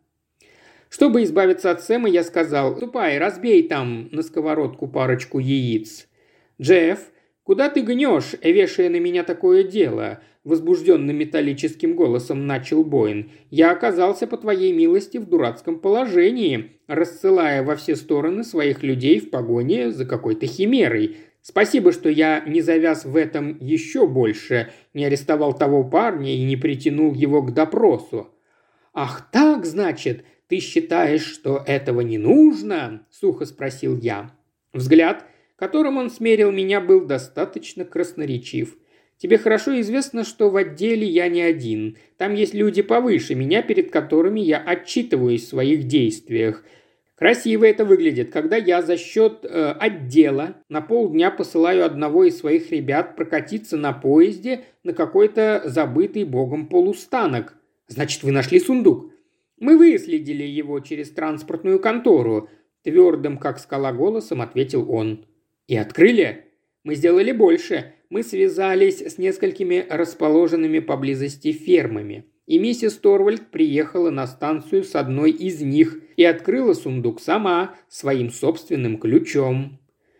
Чтобы избавиться от Сэма, я сказал: «Ступай, разбей там на сковородку парочку яиц». «Джефф, куда ты гнешь, вешая на меня такое дело?» – возбужденным металлическим голосом начал Боин. «Я оказался, по твоей милости, в дурацком положении, рассылая во все стороны своих людей в погоне за какой-то химерой. Спасибо, что я не завяз в этом еще больше, не арестовал того парня и не притянул его к допросу». «Ах так, значит, ты считаешь, что этого не нужно?» – сухо спросил я. Взгляд, которым он смерил меня, был достаточно красноречив. «Тебе хорошо известно, что в отделе я не один. Там есть люди повыше меня, перед которыми я отчитываюсь в своих действиях. Красиво это выглядит, когда я за счет отдела на полдня посылаю одного из своих ребят прокатиться на поезде на какой-то забытый богом полустанок. Значит, вы нашли сундук?» «Мы выследили его через транспортную контору», – твердым, как скала, голосом ответил он. «И открыли?» «Мы сделали больше. Мы связались с несколькими расположенными поблизости фермами. И миссис Торвальд приехала на станцию с одной из них и открыла сундук сама, своим собственным ключом».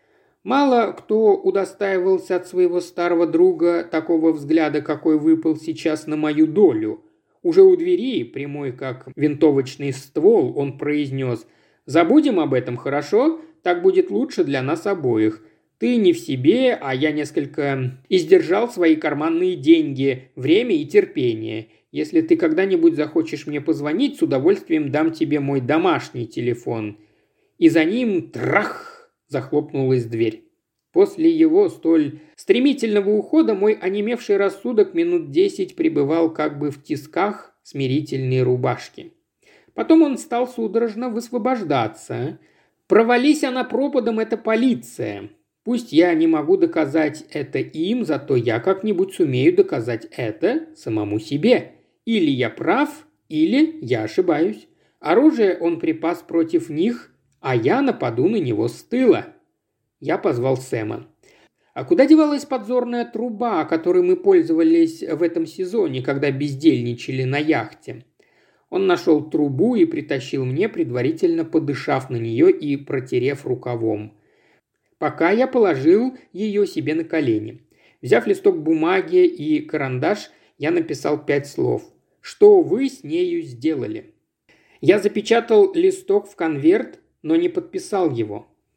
Мало кто удостаивался от своего старого друга такого взгляда, какой выпал сейчас на мою долю. Уже у двери, прямой как винтовочный ствол, он произнес: «Забудем об этом, хорошо? Так будет лучше для нас обоих. Ты не в себе, а я несколько издержал свои карманные деньги, время и терпение. Если ты когда-нибудь захочешь мне позвонить, с удовольствием дам тебе мой домашний телефон». И за ним трах захлопнулась дверь. После его столь стремительного ухода мой онемевший рассудок минут 10 пребывал как бы в тисках смирительной рубашки. Потом он стал судорожно высвобождаться. Провались она пропадом, это полиция. Пусть я не могу доказать это им, зато я как-нибудь сумею доказать это самому себе. Или я прав, или я ошибаюсь. Оружие он припас против них, а я нападу на него с тыла. Я позвал Сэма. «А куда девалась подзорная труба, которой мы пользовались в этом сезоне, когда бездельничали на яхте?» Он нашел трубу и притащил мне, предварительно подышав на нее и протерев рукавом. Пока я положил ее себе на колени. Взяв листок бумаги и карандаш, я написал 5 слов. «Что вы с нею сделали?» Я запечатал листок в конверт, но не подписал его.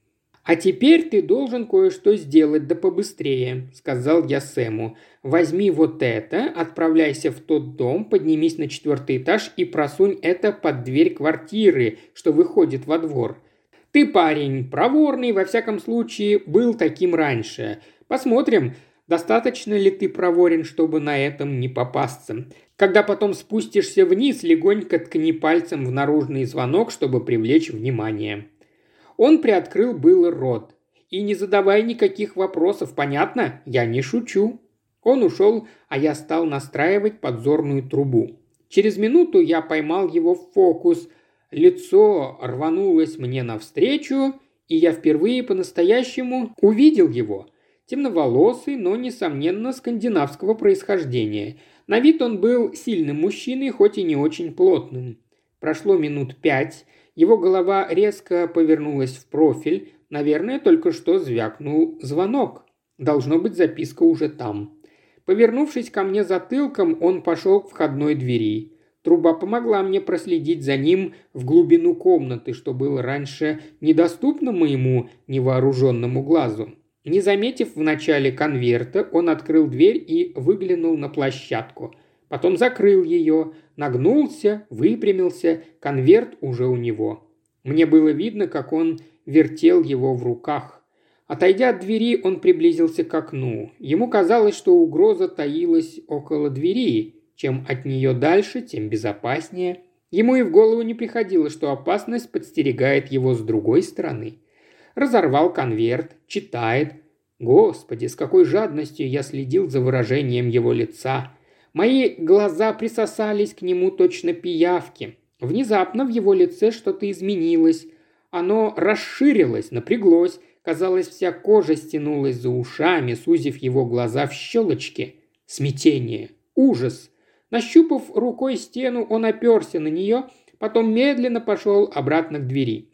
«А теперь ты должен кое-что сделать, да побыстрее», – сказал я Сэму. «Возьми вот это, отправляйся в тот дом, поднимись на 4-й этаж и просунь это под дверь квартиры, что выходит во двор. Ты парень проворный, во всяком случае, был таким раньше. Посмотрим, достаточно ли ты проворен, чтобы на этом не попасться. Когда потом спустишься вниз, легонько ткни пальцем в наружный звонок, чтобы привлечь внимание». Он приоткрыл было рот. «И не задавай никаких вопросов, понятно? Я не шучу». Он ушел, а я стал настраивать подзорную трубу. Через минуту я поймал его в фокус. Лицо рванулось мне навстречу, и я впервые по-настоящему увидел его. Темноволосый, но, несомненно, скандинавского происхождения. На вид он был сильным мужчиной, хоть и не очень плотным. Прошло минут 5. Его голова резко повернулась в профиль. Наверное, только что звякнул звонок. Должно быть, записка уже там. Повернувшись ко мне затылком, он пошел к входной двери. Труба помогла мне проследить за ним в глубину комнаты, что было раньше недоступно моему невооруженному глазу. Не заметив в начале конверта, он открыл дверь и выглянул на площадку. Потом закрыл ее, нагнулся, выпрямился, конверт уже у него. Мне было видно, как он вертел его в руках. Отойдя от двери, он приблизился к окну. Ему казалось, что угроза таилась около двери. Чем от нее дальше, тем безопаснее. Ему и в голову не приходило, что опасность подстерегает его с другой стороны. Разорвал конверт, читает. Господи, с какой жадностью я следил за выражением его лица. Мои глаза присосались к нему точно пиявки. Внезапно в его лице что-то изменилось. Оно расширилось, напряглось. Казалось, вся кожа стянулась за ушами, сузив его глаза в щелочки. Смятение, ужас. Нащупав рукой стену, он оперся на нее, потом медленно пошел обратно к двери.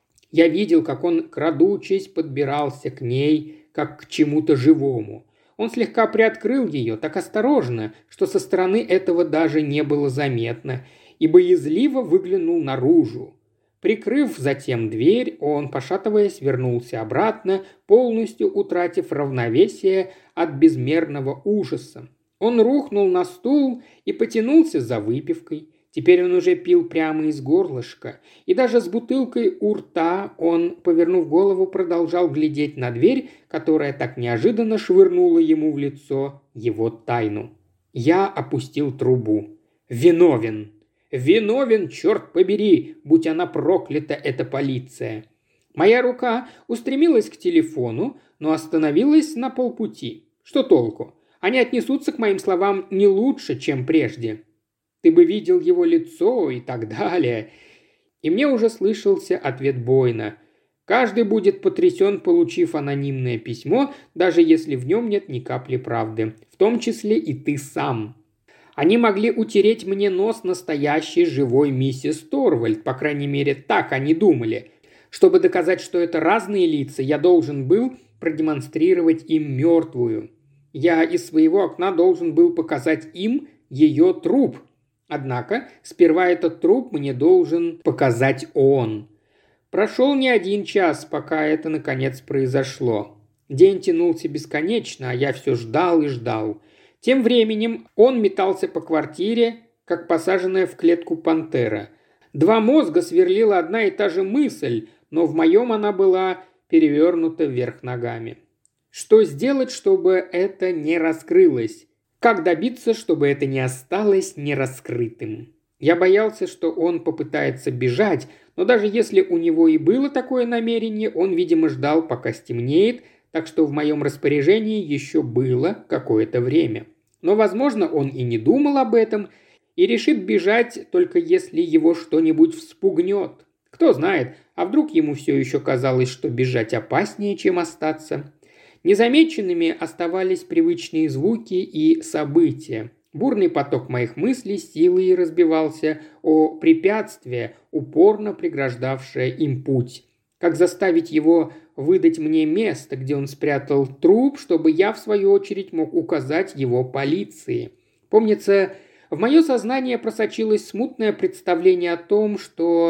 Я видел, как он, крадучись, подбирался к ней, как к чему-то живому. Он слегка приоткрыл ее, так осторожно, что со стороны этого даже не было заметно, и боязливо выглянул наружу. Прикрыв затем дверь, он, пошатываясь, вернулся обратно, полностью утратив равновесие от безмерного ужаса. Он рухнул на стул и потянулся за выпивкой. Теперь он уже пил прямо из горлышка, и даже с бутылкой у рта он, повернув голову, продолжал глядеть на дверь, которая так неожиданно швырнула ему в лицо его тайну. Я опустил трубу. Виновен! Виновен, черт побери, будь она проклята, эта полиция! Моя рука устремилась к телефону, но остановилась на полпути. Что толку? Они отнесутся к моим словам не лучше, чем прежде. Ты бы видел его лицо и так далее. И мне уже слышался ответ Бойна. Каждый будет потрясен, получив анонимное письмо, даже если в нем нет ни капли правды. В том числе и ты сам. Они могли утереть мне нос настоящей живой миссис Торвальд, по крайней мере, так они думали. Чтобы доказать, что это разные лица, я должен был продемонстрировать им мертвую. Я из своего окна должен был показать им ее труп. Однако сперва этот труп мне должен показать он. Прошел не один час, пока это наконец произошло. День тянулся бесконечно, а я все ждал и ждал. Тем временем он метался по квартире, как посаженная в клетку пантера. Два мозга сверлила одна и та же мысль, но в моем она была перевернута вверх ногами. Что сделать, чтобы это не раскрылось? Как добиться, чтобы это не осталось нераскрытым? Я боялся, что он попытается бежать, но даже если у него и было такое намерение, он, видимо, ждал, пока стемнеет, так что в моем распоряжении еще было какое-то время. Но, возможно, он и не думал об этом, и решит бежать, только если его что-нибудь вспугнет. Кто знает, а вдруг ему все еще казалось, что бежать опаснее, чем остаться. Незамеченными оставались привычные звуки и события. Бурный поток моих мыслей силой разбивался о препятствие, упорно преграждавшее им путь. Как заставить его выдать мне место, где он спрятал труп, чтобы я, в свою очередь, мог указать его полиции. Помнится, в мое сознание просочилось смутное представление о том, что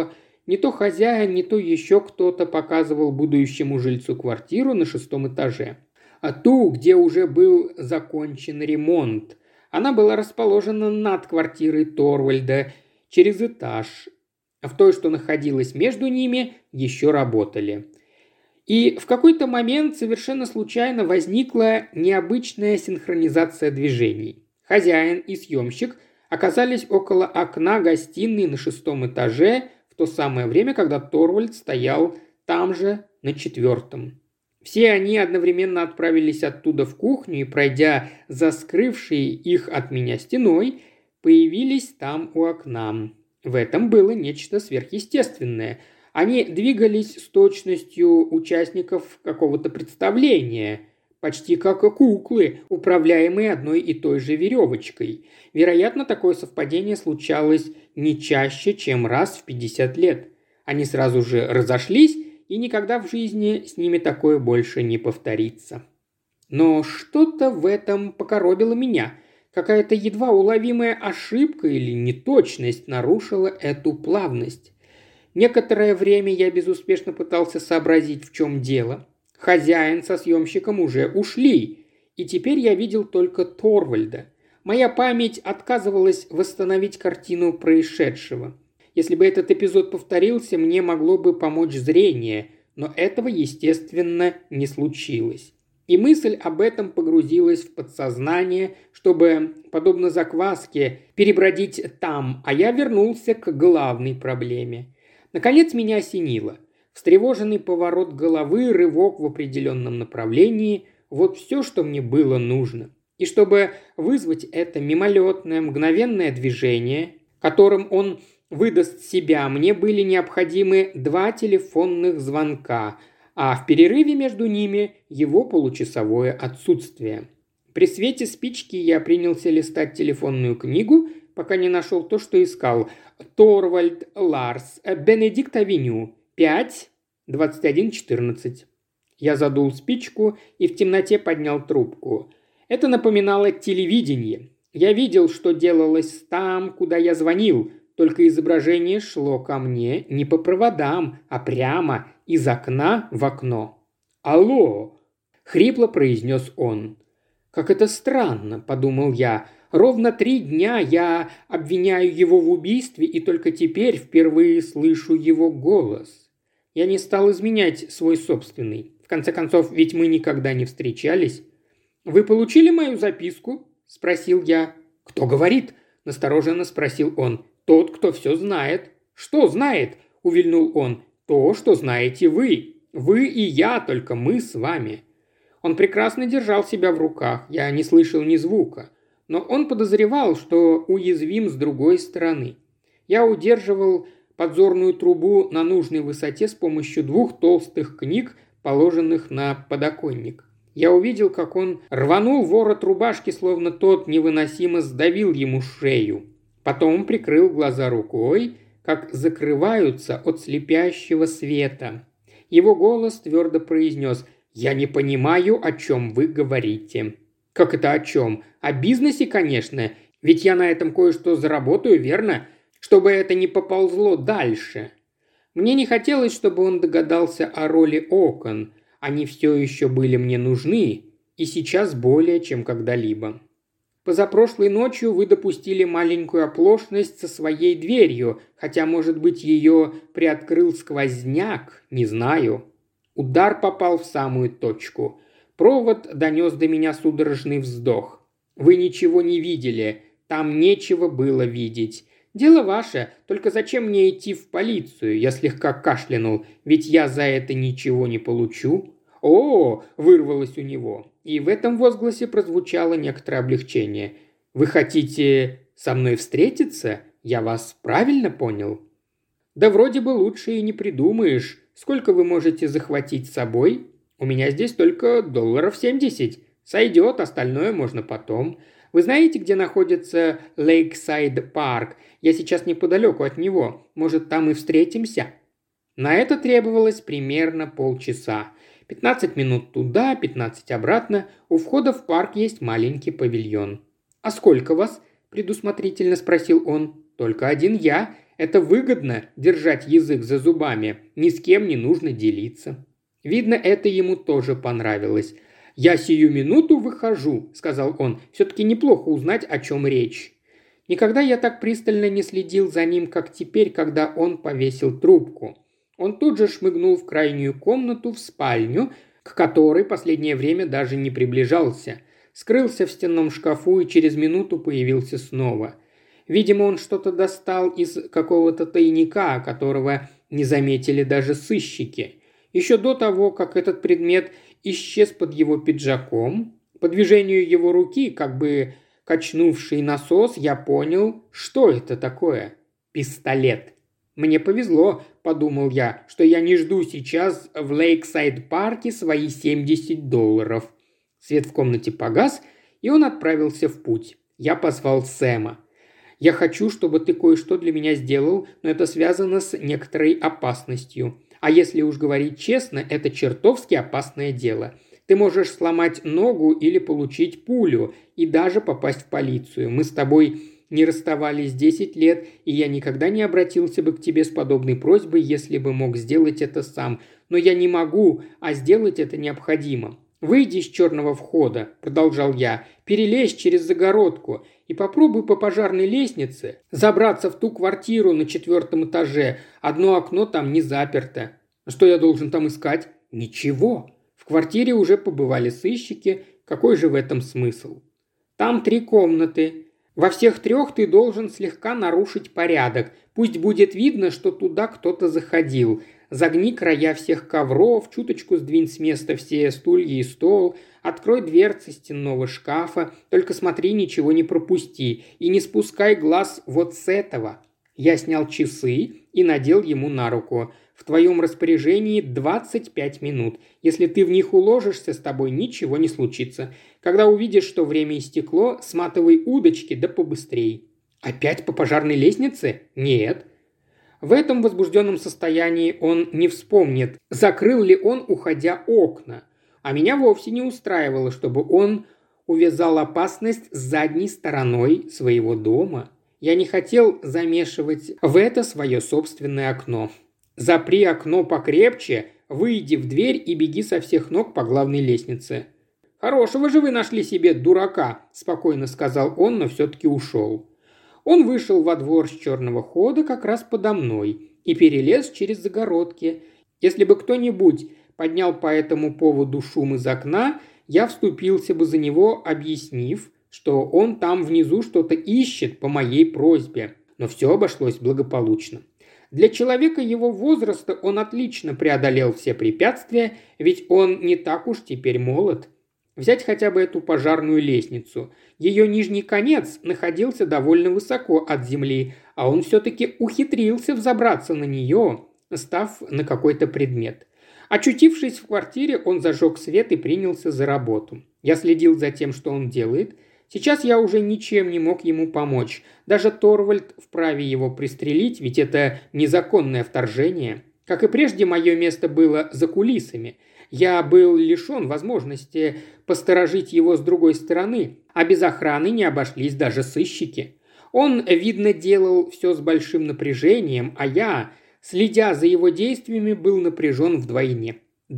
Не то хозяин, не то еще кто-то показывал будущему жильцу квартиру на 6 этаже. А ту, где уже был закончен ремонт. Она была расположена над квартирой Торвальда, через этаж. А в той, что находилась между ними, еще работали. И в какой-то момент совершенно случайно возникла необычная синхронизация движений. Хозяин и съемщик оказались около окна гостиной на 6 этаже в то самое время, когда Торвальд стоял там же на 4. Все они одновременно отправились оттуда в кухню и, пройдя за скрывшей их от меня стеной, появились там у окна. В этом было нечто сверхъестественное. Они двигались с точностью участников какого-то представления, почти как куклы, управляемые одной и той же веревочкой. Вероятно, такое совпадение случалось не чаще, чем раз в 50 лет. Они сразу же разошлись, и никогда в жизни с ними такое больше не повторится. Но что-то в этом покоробило меня. Какая-то едва уловимая ошибка или неточность нарушила эту плавность. Некоторое время я безуспешно пытался сообразить, в чем дело. Хозяин со съемщиком уже ушли, и теперь я видел только Торвальда. Моя память отказывалась восстановить картину происшедшего. Если бы этот эпизод повторился, мне могло бы помочь зрение, но этого, естественно, не случилось. И мысль об этом погрузилась в подсознание, чтобы, подобно закваске, перебродить там, а я вернулся к главной проблеме. Наконец меня осенило. Встревоженный поворот головы, рывок в определенном направлении – вот все, что мне было нужно. И чтобы вызвать это мимолетное, мгновенное движение, которым он выдаст себя, мне были необходимы 2 телефонных звонка, а в перерыве между ними его получасовое отсутствие. При свете спички я принялся листать телефонную книгу, пока не нашел то, что искал. Торвальд Ларс, Бенедикт-авеню, 5, 21-14. Я задул спичку и в темноте поднял трубку. Это напоминало телевидение. Я видел, что делалось там, куда я звонил, только изображение шло ко мне не по проводам, а прямо из окна в окно. «Алло!» – хрипло произнес он. «Как это странно», – подумал я. «Ровно 3 дня я обвиняю его в убийстве, и только теперь впервые слышу его голос. Я не стал изменять свой собственный. В конце концов, ведь мы никогда не встречались». «Вы получили мою записку?» – спросил я. «Кто говорит?» – настороженно спросил он. «Тот, кто все знает». «Что знает?» – увильнул он. «То, что знаете вы. Вы и я, только мы с вами». Он прекрасно держал себя в руках, я не слышал ни звука. Но он подозревал, что уязвим с другой стороны. Я удерживал подзорную трубу на нужной высоте с помощью 2 толстых книг, положенных на подоконник. Я увидел, как он рванул ворот рубашки, словно тот невыносимо сдавил ему шею. Потом прикрыл глаза рукой, как закрываются от слепящего света. Его голос твердо произнес: «Я не понимаю, о чем вы говорите». «Как это о чем? О бизнесе, конечно. Ведь я на этом кое-что заработаю, верно? Чтобы это не поползло дальше». Мне не хотелось, чтобы он догадался о роли окон. Они все еще были мне нужны, и сейчас более, чем когда-либо. Позапрошлой ночью вы допустили маленькую оплошность со своей дверью, хотя, может быть, ее приоткрыл сквозняк, не знаю. Удар попал в самую точку. Провод донес до меня судорожный вздох. Вы ничего не видели, там нечего было видеть. Дело ваше, только зачем мне идти в полицию? Я слегка кашлянул, ведь я за это ничего не получу. «О!» – вырвалось у него. И в этом возгласе прозвучало некоторое облегчение. «Вы хотите со мной встретиться? Я вас правильно понял?» «Да вроде бы лучше и не придумаешь. Сколько вы можете захватить с собой? У меня здесь только $70. Сойдет, остальное можно потом. Вы знаете, где находится Лейксайд Парк? Я сейчас неподалеку от него. Может, там и встретимся?» На это требовалось примерно полчаса. 15 минут туда, 15 обратно. У входа в парк есть маленький павильон. «А сколько вас?» – предусмотрительно спросил он. «Только один я. Это выгодно – держать язык за зубами, ни с кем не нужно делиться». Видно, это ему тоже понравилось. «Я сию минуту выхожу», – сказал он. «Все-таки неплохо узнать, о чем речь». Никогда я так пристально не следил за ним, как теперь, когда он повесил трубку. Он тут же шмыгнул в крайнюю комнату, в спальню, к которой последнее время даже не приближался. Скрылся в стенном шкафу и через минуту появился снова. Видимо, он что-то достал из какого-то тайника, которого не заметили даже сыщики. Еще до того, как этот предмет исчез под его пиджаком, по движению его руки, как бы качнувший насос, я понял, что это такое. Пистолет. «Мне повезло», – подумал я, – «что я не жду сейчас в Лейксайд-парке свои $70». Свет в комнате погас, и он отправился в путь. Я позвал Сэма. «Я хочу, чтобы ты кое-что для меня сделал, но это связано с некоторой опасностью. А если уж говорить честно, это чертовски опасное дело. Ты можешь сломать ногу или получить пулю, и даже попасть в полицию. Мы с тобой не расставались 10 лет, и я никогда не обратился бы к тебе с подобной просьбой, если бы мог сделать это сам. Но я не могу, а сделать это необходимо. Выйди из черного входа», – продолжал я, – «перелезь через загородку и попробуй по пожарной лестнице забраться в ту квартиру на 4-м этаже. Одно окно там не заперто». «Что я должен там искать?» «Ничего. В квартире уже побывали сыщики. Какой же в этом смысл? Там 3 комнаты. Во всех 3 ты должен слегка нарушить порядок. Пусть будет видно, что туда кто-то заходил. Загни края всех ковров, чуточку сдвинь с места все стулья и стол, открой дверцы стенного шкафа, только смотри, ничего не пропусти, и не спускай глаз вот с этого». Я снял часы и надел ему на руку. «В твоем распоряжении 25 минут. Если ты в них уложишься, с тобой ничего не случится. Когда увидишь, что время истекло, сматывай удочки, да побыстрей». «Опять по пожарной лестнице?» «Нет». В этом возбужденном состоянии он не вспомнит, закрыл ли он, уходя, окна. А меня вовсе не устраивало, чтобы он увязал опасность с задней стороной своего дома. Я не хотел замешивать в это свое собственное окно. «Запри окно покрепче, выйди в дверь и беги со всех ног по главной лестнице». «Хорошего же вы нашли себе дурака», – спокойно сказал он, но все-таки ушел. Он вышел во двор с черного хода как раз подо мной и перелез через загородки. Если бы кто-нибудь поднял по этому поводу шум из окна, я вступился бы за него, объяснив, что он там внизу что-то ищет по моей просьбе. Но все обошлось благополучно. Для человека его возраста он отлично преодолел все препятствия, ведь он не так уж теперь молод. Взять хотя бы эту пожарную лестницу. Ее нижний конец находился довольно высоко от земли, а он все-таки ухитрился взобраться на нее, став на какой-то предмет. Очутившись в квартире, он зажег свет и принялся за работу. Я следил за тем, что он делает. Сейчас я уже ничем не мог ему помочь. Даже Торвальд вправе его пристрелить, ведь это незаконное вторжение. Как и прежде, мое место было за кулисами. Я был лишен возможности посторожить его с другой стороны, а без охраны не обошлись даже сыщики. Он, видно, делал все с большим напряжением, а я, следя за его действиями, был напряжен вдвойне.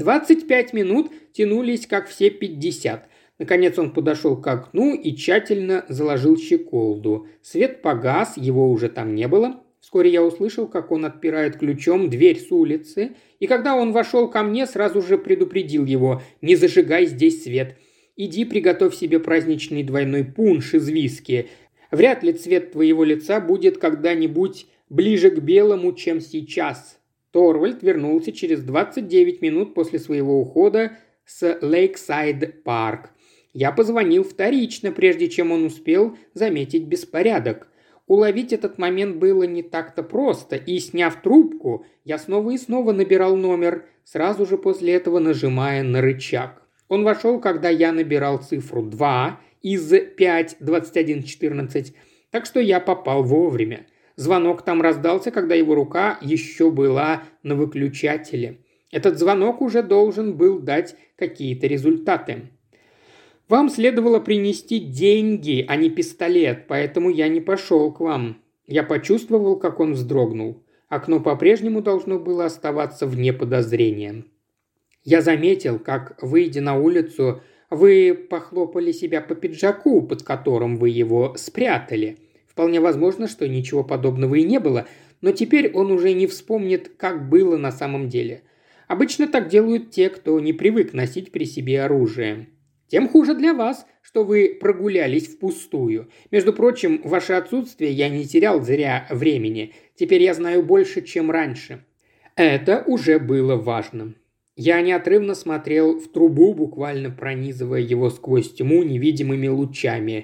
25 минут тянулись, как все 50. Наконец он подошел к окну и тщательно заложил щеколду. Свет погас, его уже там не было. Вскоре я услышал, как он отпирает ключом дверь с улицы, и когда он вошел ко мне, сразу же предупредил его: «Не зажигай здесь свет. Иди приготовь себе праздничный двойной пунш из виски. Вряд ли цвет твоего лица будет когда-нибудь ближе к белому, чем сейчас». Торвальд вернулся через 29 минут после своего ухода с Лейксайд-парк. Я позвонил вторично, прежде чем он успел заметить беспорядок. Уловить этот момент было не так-то просто, и, сняв трубку, я снова и снова набирал номер, сразу же после этого нажимая на рычаг. Он вошел, когда я набирал цифру 2 из 5 21 14, так что я попал вовремя. Звонок там раздался, когда его рука еще была на выключателе. Этот звонок уже должен был дать какие-то результаты. «Вам следовало принести деньги, а не пистолет, поэтому я не пошел к вам. Я почувствовал, как он вздрогнул. Окно по-прежнему должно было оставаться вне подозрения. Я заметил, как, выйдя на улицу, вы похлопали себя по пиджаку, под которым вы его спрятали. Вполне возможно, что ничего подобного и не было, но теперь он уже не вспомнит, как было на самом деле. Обычно так делают те, кто не привык носить при себе оружие. Тем хуже для вас, что вы прогулялись впустую. Между прочим, в ваше отсутствие я не терял зря времени. Теперь я знаю больше, чем раньше. Это уже было важно. Я неотрывно смотрел в трубу, буквально пронизывая его сквозь тьму невидимыми лучами.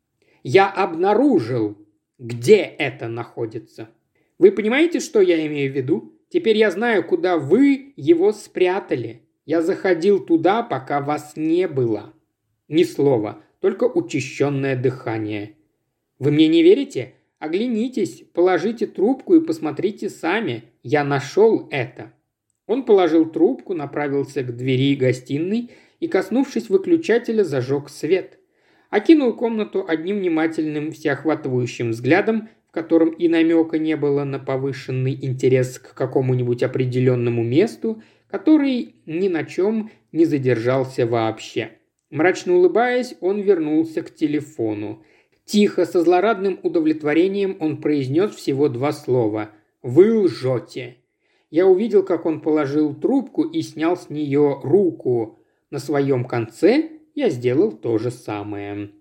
Я обнаружил, где это находится. Вы понимаете, что я имею в виду? Теперь я знаю, куда вы его спрятали. Я заходил туда, пока вас не было. Ни слова, только учащенное дыхание. Вы мне не верите? Оглянитесь, положите трубку и посмотрите сами. Я нашел это. Он положил трубку, направился к двери гостиной и, коснувшись выключателя, зажег свет. Окинул комнату одним внимательным, всеохватывающим взглядом, в котором и намека не было на повышенный интерес к какому-нибудь определенному месту, который ни на чем не задержался вообще. Мрачно улыбаясь, он вернулся к телефону. Тихо, со злорадным удовлетворением он произнес всего 2 слова «Вы лжете». Я увидел, как он положил трубку и снял с нее руку. На своем конце я сделал то же самое.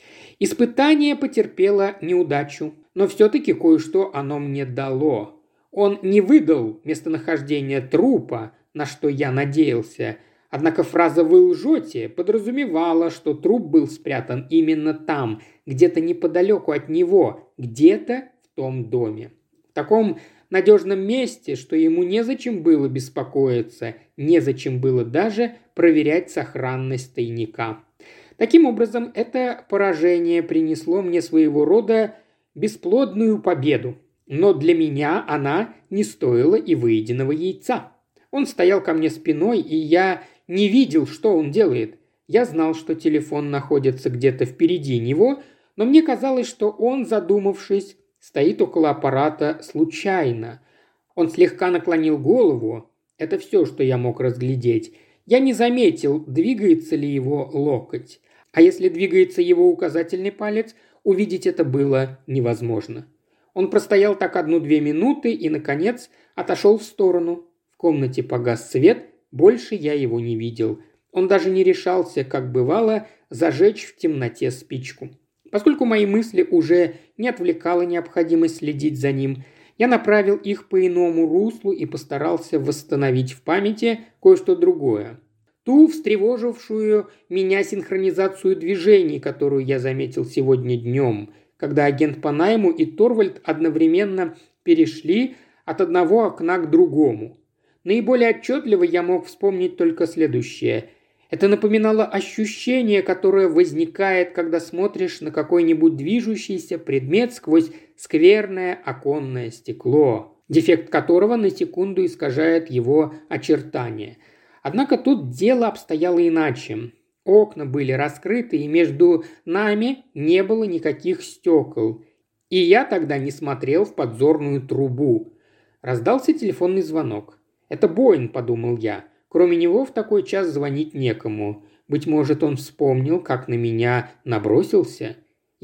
Испытание потерпело неудачу, но все-таки кое-что оно мне дало. Он не выдал местонахождение трупа, на что я надеялся. Однако фраза «вы лжете» подразумевала, что труп был спрятан именно там, где-то неподалеку от него, где-то в том доме. В таком надежном месте, что ему незачем было беспокоиться, незачем было даже проверять сохранность тайника. Таким образом, это поражение принесло мне своего рода бесплодную победу, но для меня она не стоила и выеденного яйца. Он стоял ко мне спиной, и я не видел, что он делает. Я знал, что телефон находится где-то впереди него, но мне казалось, что он, задумавшись, стоит около аппарата случайно. Он слегка наклонил голову. Это все, что я мог разглядеть. Я не заметил, двигается ли его локоть. А если двигается его указательный палец, увидеть это было невозможно. Он простоял так 1-2 минуты и, наконец, отошел в сторону. В комнате погас свет, больше я его не видел. Он даже не решался, как бывало, зажечь в темноте спичку. Поскольку мои мысли уже не отвлекала необходимость следить за ним, я направил их по иному руслу и постарался восстановить в памяти кое-что другое. Ту встревожившую меня синхронизацию движений, которую я заметил сегодня днем, когда агент по найму и Торвальд одновременно перешли от одного окна к другому. Наиболее отчетливо я мог вспомнить только следующее. Это напоминало ощущение, которое возникает, когда смотришь на какой-нибудь движущийся предмет сквозь скверное оконное стекло, дефект которого на секунду искажает его очертания. Однако тут дело обстояло иначе. Окна были раскрыты, и между нами не было никаких стекол. И я тогда не смотрел в подзорную трубу. Раздался телефонный звонок. «Это Боин», – подумал я. Кроме него в такой час звонить некому. Быть может, он вспомнил, как на меня набросился.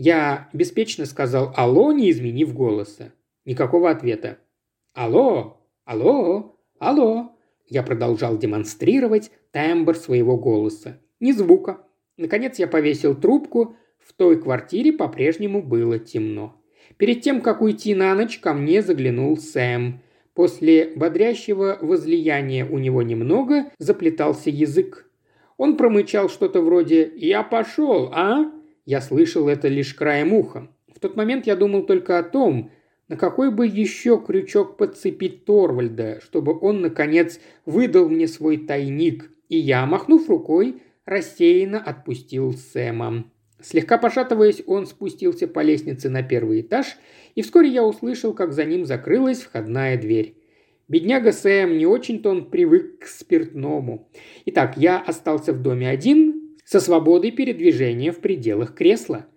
Я беспечно сказал «Алло», не изменив голоса. Никакого ответа. «Алло! Алло! Алло!» Я продолжал демонстрировать тембр своего голоса. Ни звука. Наконец я повесил трубку. В той квартире по-прежнему было темно. Перед тем, как уйти на ночь, ко мне заглянул Сэм. После бодрящего возлияния у него немного заплетался язык. Он промычал что-то вроде «Я пошел, а?» Я слышал это лишь краем уха. В тот момент я думал только о том, на какой бы еще крючок подцепить Торвальда, чтобы он, наконец, выдал мне свой тайник, и я, махнув рукой, рассеянно отпустил Сэма. Слегка пошатываясь, он спустился по лестнице на 1-й этаж, и вскоре я услышал, как за ним закрылась входная дверь. Бедняга Сэм, не очень-то он привык к спиртному. Итак, я остался в доме один, со свободой передвижения в пределах кресла.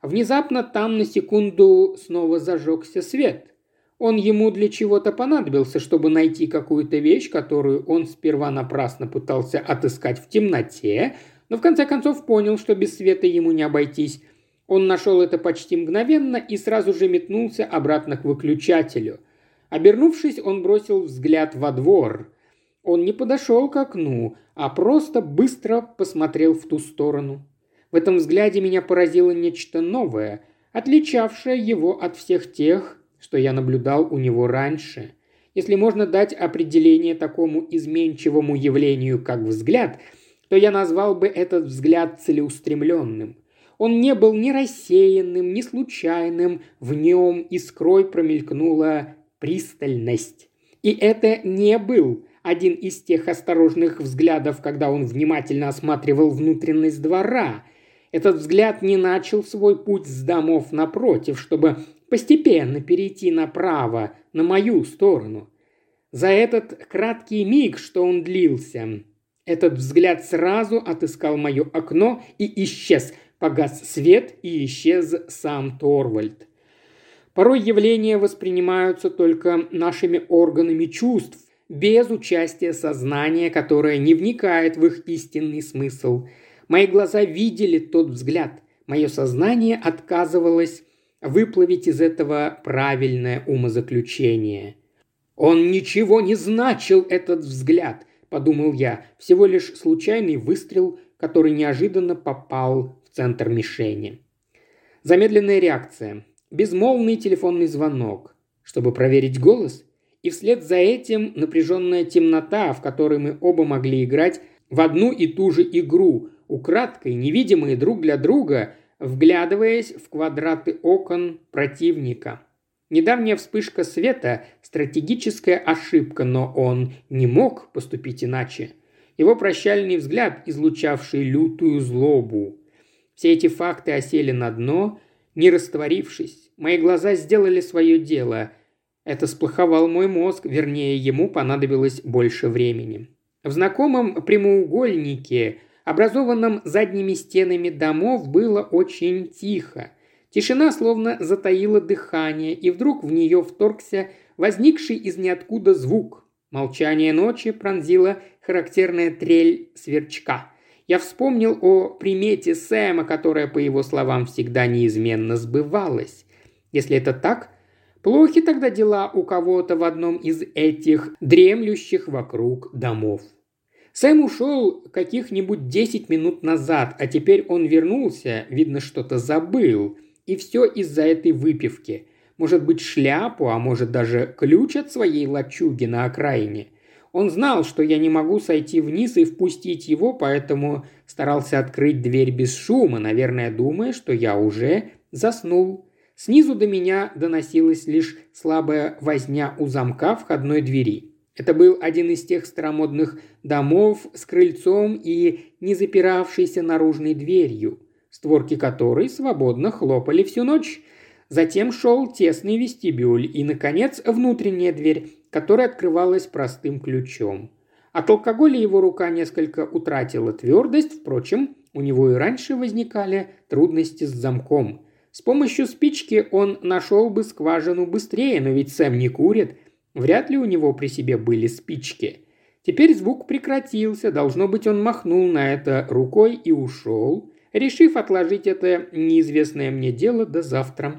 Внезапно там на секунду снова зажегся свет. Он ему для чего-то понадобился, чтобы найти какую-то вещь, которую он сперва напрасно пытался отыскать в темноте, но в конце концов понял, что без света ему не обойтись. Он нашел это почти мгновенно и сразу же метнулся обратно к выключателю. Обернувшись, он бросил взгляд во двор. Он не подошел к окну, а просто быстро посмотрел в ту сторону. В этом взгляде меня поразило нечто новое, отличавшее его от всех тех, что я наблюдал у него раньше. Если можно дать определение такому изменчивому явлению, как взгляд, то я назвал бы этот взгляд целеустремленным. Он не был ни рассеянным, ни случайным, в нем искрой промелькнула пристальность. И это не был один из тех осторожных взглядов, когда он внимательно осматривал внутренность двора. Этот взгляд не начал свой путь с домов напротив, чтобы постепенно перейти направо, на мою сторону. За этот краткий миг, что он длился, этот взгляд сразу отыскал мое окно и исчез. Погас свет и исчез сам Торвальд. Порой явления воспринимаются только нашими органами чувств, без участия сознания, которое не вникает в их истинный смысл. Мои глаза видели тот взгляд. Мое сознание отказывалось выплавить из этого правильное умозаключение. «Он ничего не значил, этот взгляд», – подумал я, – «всего лишь случайный выстрел, который неожиданно попал в центр мишени». Замедленная реакция. Безмолвный телефонный звонок, чтобы проверить голос, и вслед за этим напряженная темнота, в которой мы оба могли играть в одну и ту же игру, украдкой, невидимые друг для друга, вглядываясь в квадраты окон противника. Недавняя вспышка света – стратегическая ошибка, но он не мог поступить иначе. Его прощальный взгляд, излучавший лютую злобу. Все эти факты осели на дно, не растворившись. Мои глаза сделали свое дело. Это сплоховал мой мозг, вернее, ему понадобилось больше времени. В знакомом прямоугольнике, образованном задними стенами домов, было очень тихо. Тишина словно затаила дыхание, и вдруг в нее вторгся возникший из ниоткуда звук. Молчание ночи пронзила характерная трель сверчка. Я вспомнил о примете Сэма, которая, по его словам, всегда неизменно сбывалась. Если это так, плохи тогда дела у кого-то в одном из этих дремлющих вокруг домов. Сэм ушел каких-нибудь 10 минут назад, а теперь он вернулся, видно, что-то забыл. И все из-за этой выпивки. Может быть, шляпу, а может даже ключ от своей лачуги на окраине. Он знал, что я не могу сойти вниз и впустить его, поэтому старался открыть дверь без шума, наверное, думая, что я уже заснул. Снизу до меня доносилась лишь слабая возня у замка входной двери. Это был один из тех старомодных домов с крыльцом и не запиравшейся наружной дверью, створки которой свободно хлопали всю ночь. Затем шел тесный вестибюль и, наконец, внутренняя дверь, которая открывалась простым ключом. От алкоголя его рука несколько утратила твердость, впрочем, у него и раньше возникали трудности с замком. С помощью спички он нашел бы скважину быстрее, но ведь Сэм не курит, вряд ли у него при себе были спички. Теперь звук прекратился, должно быть, он махнул на это рукой и ушел, решив отложить это неизвестное мне дело до завтра.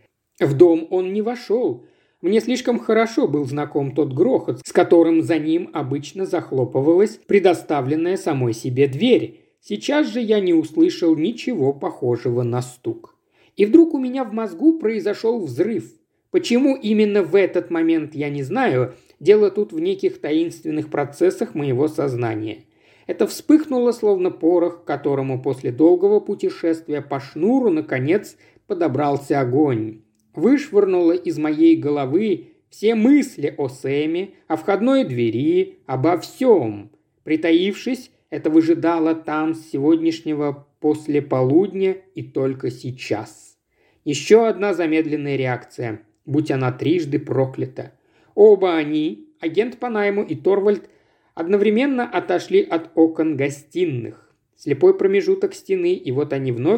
В дом он не вошел. Мне слишком хорошо был знаком тот грохот, с которым за ним обычно захлопывалась предоставленная самой себе дверь. Сейчас же я не услышал ничего похожего на стук. И вдруг у меня в мозгу произошел взрыв. Почему именно в этот момент, я не знаю. Дело тут в неких таинственных процессах моего сознания. Это вспыхнуло, словно порох, к которому после долгого путешествия по шнуру, наконец, подобрался огонь. Вышвырнуло из моей головы все мысли о Сэме, о входной двери, обо всем. Притаившись, это выжидало там с сегодняшнего послеполудня и только сейчас. Еще одна замедленная реакция, будь она трижды проклята. Оба они, агент по найму и Торвальд, одновременно отошли от окон гостиных. Слепой промежуток стены, и вот они вновь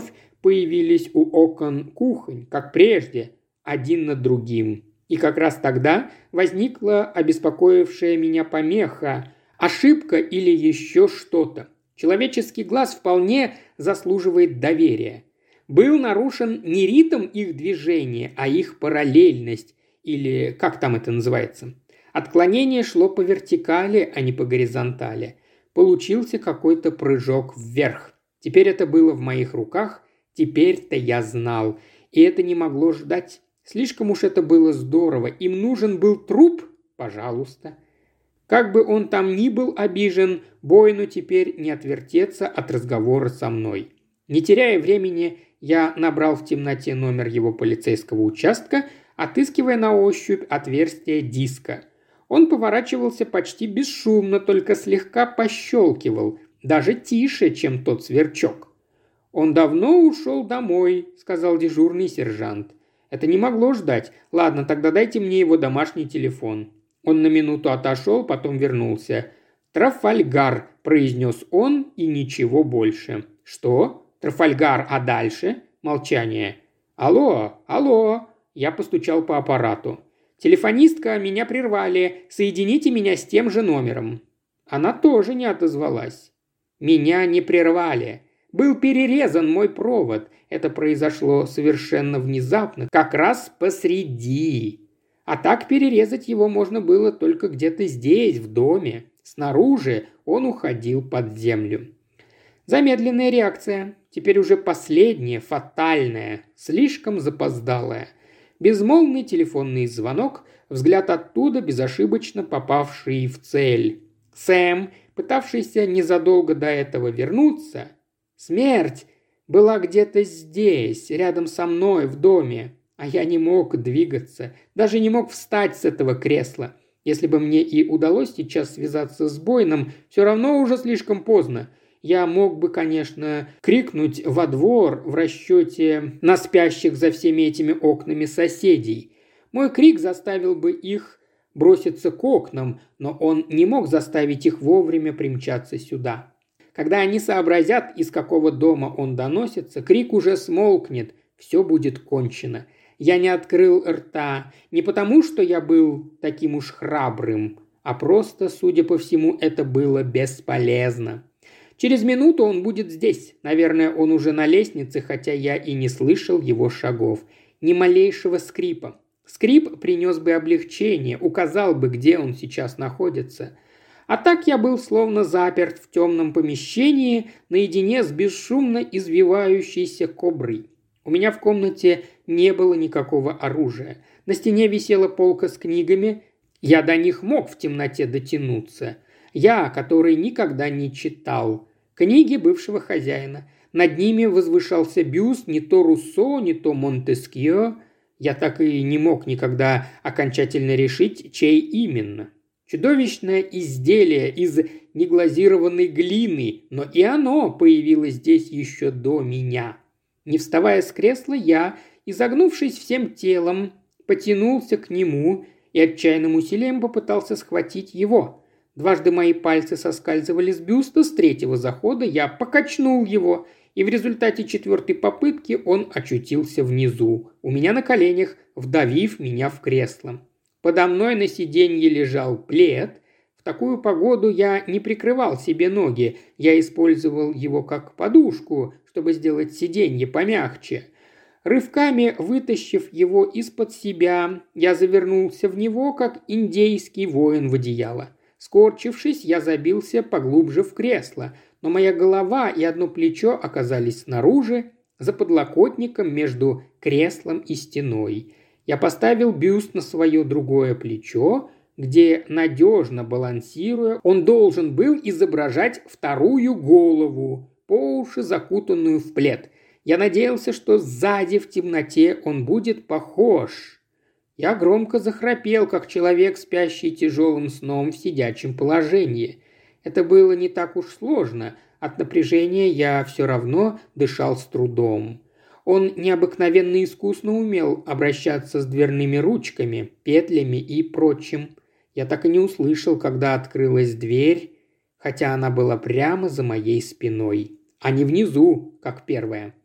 появились у окон кухонь, как прежде, один над другим. И как раз тогда возникла обеспокоившая меня помеха, ошибка или еще что-то. Человеческий глаз вполне заслуживает доверия. Был нарушен не ритм их движения, а их параллельность, или как там это называется. Отклонение шло по вертикали, а не по горизонтали. Получился какой-то прыжок вверх. Теперь это было в моих руках, теперь-то я знал. И это не могло ждать. Слишком уж это было здорово. Им нужен был труп? Пожалуйста. Как бы он там ни был обижен, Бойну теперь не отвертеться от разговора со мной. Не теряя времени, я набрал в темноте номер его полицейского участка, отыскивая на ощупь отверстие диска. Он поворачивался почти бесшумно, только слегка пощелкивал, даже тише, чем тот сверчок. «Он давно ушел домой», – сказал дежурный сержант. «Это не могло ждать. Ладно, тогда дайте мне его домашний телефон». Он на минуту отошел, потом вернулся. «Трафальгар», – произнес он, и ничего больше. «Что? Трафальгар, а дальше?» Молчание. «Алло, алло!» Я постучал по аппарату. «Телефонистка, меня прервали. Соедините меня с тем же номером». Она тоже не отозвалась. «Меня не прервали. Был перерезан мой провод. Это произошло совершенно внезапно, как раз посреди. А так перерезать его можно было только где-то здесь, в доме. Снаружи он уходил под землю». Замедленная реакция. Теперь уже последняя, фатальная, слишком запоздалая. Безмолвный телефонный звонок, взгляд оттуда, безошибочно попавший в цель. Сэм, пытавшийся незадолго до этого вернуться. Смерть была где-то здесь, рядом со мной, в доме. А я не мог двигаться, даже не мог встать с этого кресла. Если бы мне и удалось сейчас связаться с Бойном, все равно уже слишком поздно. Я мог бы, конечно, крикнуть во двор в расчете на спящих за всеми этими окнами соседей. Мой крик заставил бы их броситься к окнам, но он не мог заставить их вовремя примчаться сюда. Когда они сообразят, из какого дома он доносится, крик уже смолкнет, все будет кончено. Я не открыл рта не потому, что я был таким уж храбрым, а просто, судя по всему, это было бесполезно. Через минуту он будет здесь. Наверное, он уже на лестнице, хотя я и не слышал его шагов. Ни малейшего скрипа. Скрип принес бы облегчение, указал бы, где он сейчас находится. А так я был словно заперт в темном помещении, наедине с бесшумно извивающейся коброй. У меня в комнате не было никакого оружия. На стене висела полка с книгами. Я до них мог в темноте дотянуться. Я, который никогда не читал. Книги бывшего хозяина. Над ними возвышался бюст не то Руссо, не то Монтескьё. Я так и не мог никогда окончательно решить, чей именно. Чудовищное изделие из неглазированной глины, но и оно появилось здесь еще до меня. Не вставая с кресла, я, изогнувшись всем телом, потянулся к нему и отчаянным усилием попытался схватить его. Дважды мои пальцы соскальзывали с бюста, с третьего захода я покачнул его, и в результате четвертой попытки он очутился внизу, у меня на коленях, вдавив меня в кресло. Подо мной на сиденье лежал плед. В такую погоду я не прикрывал себе ноги, я использовал его как подушку, чтобы сделать сиденье помягче. Рывками вытащив его из-под себя, я завернулся в него, как индейский воин в одеяло. Скорчившись, я забился поглубже в кресло, но моя голова и одно плечо оказались снаружи, за подлокотником между креслом и стеной. Я поставил бюст на свое другое плечо, где, надежно балансируя, он должен был изображать вторую голову, по уши закутанную в плед. Я надеялся, что сзади в темноте он будет похож. Я громко захрапел, как человек, спящий тяжелым сном в сидячем положении. Это было не так уж сложно. От напряжения я все равно дышал с трудом. Он необыкновенно искусно умел обращаться с дверными ручками, петлями и прочим. Я так и не услышал, когда открылась дверь, хотя она была прямо за моей спиной, а не внизу, как первая.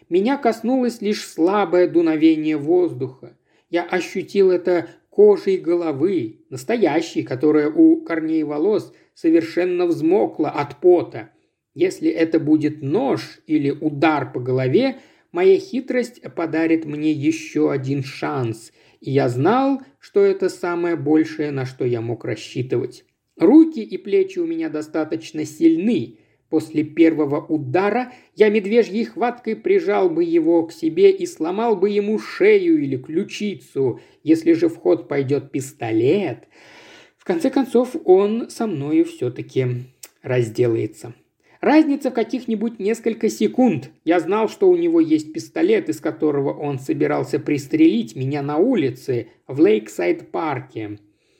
меня коснулось лишь слабое дуновение воздуха. Я ощутил это кожей головы, настоящей, которая у корней волос совершенно взмокла от пота. Если это будет нож или удар по голове, моя хитрость подарит мне еще один шанс, и я знал, что это самое большее, на что я мог рассчитывать. Руки и плечи у меня достаточно сильны. После первого удара я медвежьей хваткой прижал бы его к себе и сломал бы ему шею или ключицу. Если же в ход пойдет пистолет, в конце концов он со мною все-таки разделается. Разница в каких-нибудь несколько секунд. Я знал, что у него есть пистолет, из которого он собирался пристрелить меня на улице в Лейксайд-парке.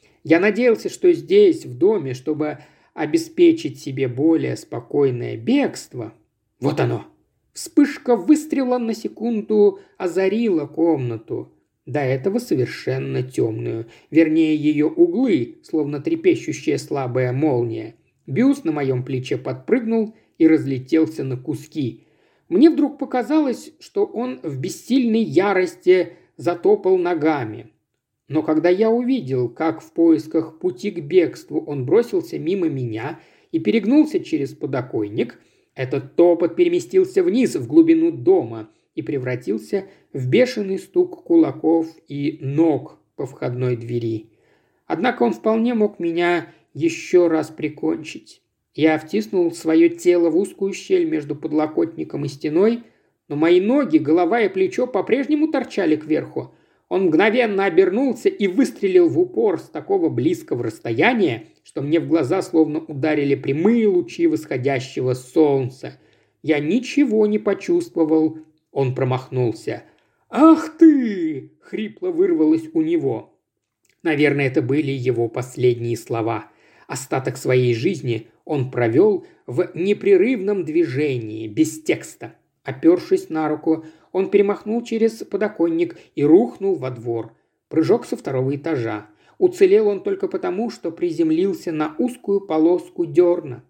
Я надеялся, что здесь, в доме, чтобы обеспечить себе более спокойное бегство. Вот оно. Вспышка выстрела на секунду озарила комнату. До этого совершенно темную. Вернее, ее углы, словно трепещущая слабая молния. Бюст на моем плече подпрыгнул и разлетелся на куски. Мне вдруг показалось, что он в бессильной ярости затопал ногами. Но когда я увидел, как в поисках пути к бегству он бросился мимо меня и перегнулся через подоконник, этот топот переместился вниз, в глубину дома, и превратился в бешеный стук кулаков и ног по входной двери. Однако он вполне мог меня еще раз прикончить. Я втиснул свое тело в узкую щель между подлокотником и стеной, но мои ноги, голова и плечо по-прежнему торчали кверху. Он мгновенно обернулся и выстрелил в упор с такого близкого расстояния, что мне в глаза словно ударили прямые лучи восходящего солнца. Я ничего не почувствовал. Он промахнулся. «Ах ты!» – хрипло вырвалось у него. Наверное, это были его последние слова. Остаток своей жизни он провел в непрерывном движении, без текста. Опершись на руку, он перемахнул через подоконник и рухнул во двор. Прыжок со второго этажа. Уцелел он только потому, что приземлился на узкую полоску дерна.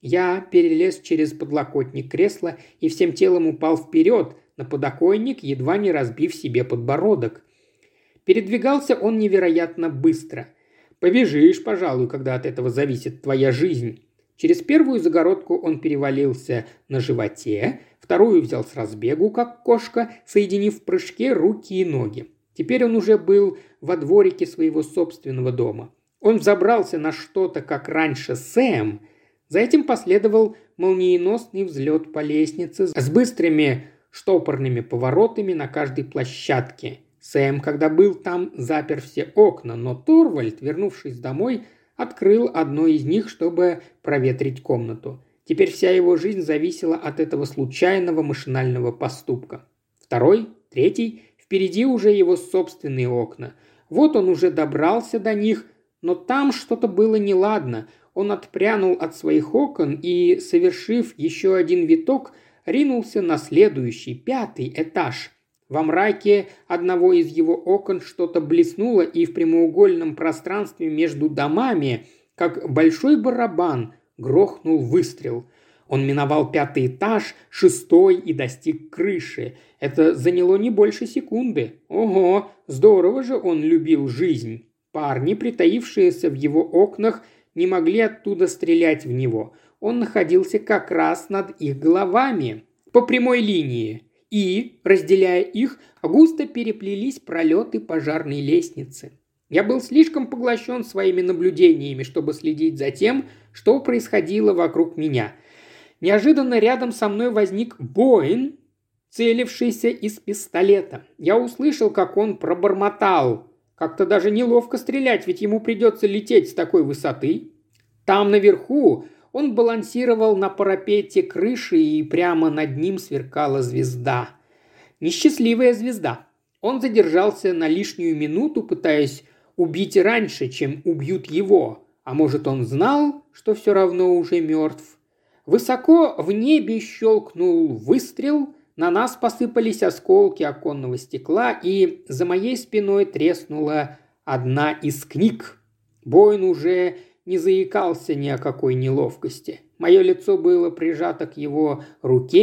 Я перелез через подлокотник кресла и всем телом упал вперед на подоконник, едва не разбив себе подбородок. Передвигался он невероятно быстро. Побежишь, пожалуй, когда от этого зависит твоя жизнь. Через первую загородку он перевалился на животе, вторую взял с разбегу, как кошка, соединив в прыжке руки и ноги. Теперь он уже был во дворике своего собственного дома. Он взобрался на что-то, как раньше Сэм. За этим последовал молниеносный взлет по лестнице с быстрыми штопорными поворотами на каждой площадке. Сэм, когда был там, запер все окна, но Торвальд, вернувшись домой, открыл одно из них, чтобы проветрить комнату. Теперь вся его жизнь зависела от этого случайного машинального поступка. Второй, третий, впереди уже его собственные окна. Вот он уже добрался до них, но там что-то было неладно. Он отпрянул от своих окон и, совершив еще один виток, ринулся на следующий, пятый этаж. Во мраке одного из его окон что-то блеснуло, и в прямоугольном пространстве между домами, как большой барабан, грохнул выстрел. Он миновал пятый этаж, шестой и достиг крыши. Это заняло не больше секунды. Ого, здорово же он любил жизнь. Парни, притаившиеся в его окнах, не могли оттуда стрелять в него. Он находился как раз над их головами, по прямой линии. И, разделяя их, густо переплелись пролеты пожарной лестницы. Я был слишком поглощен своими наблюдениями, чтобы следить за тем, что происходило вокруг меня. Неожиданно рядом со мной возник Боин, целившийся из пистолета. Я услышал, как он пробормотал. Как-то даже неловко стрелять, ведь ему придется лететь с такой высоты. Там наверху он балансировал на парапете крыши, и прямо над ним сверкала звезда. Несчастливая звезда. Он задержался на лишнюю минуту, пытаясь убить раньше, чем убьют его. А может, он знал, что все равно уже мертв. Высоко в небе щелкнул выстрел, на нас посыпались осколки оконного стекла, и за моей спиной треснула одна из книг. Боин уже не заикался ни о какой неловкости. Мое лицо было прижато к его руке,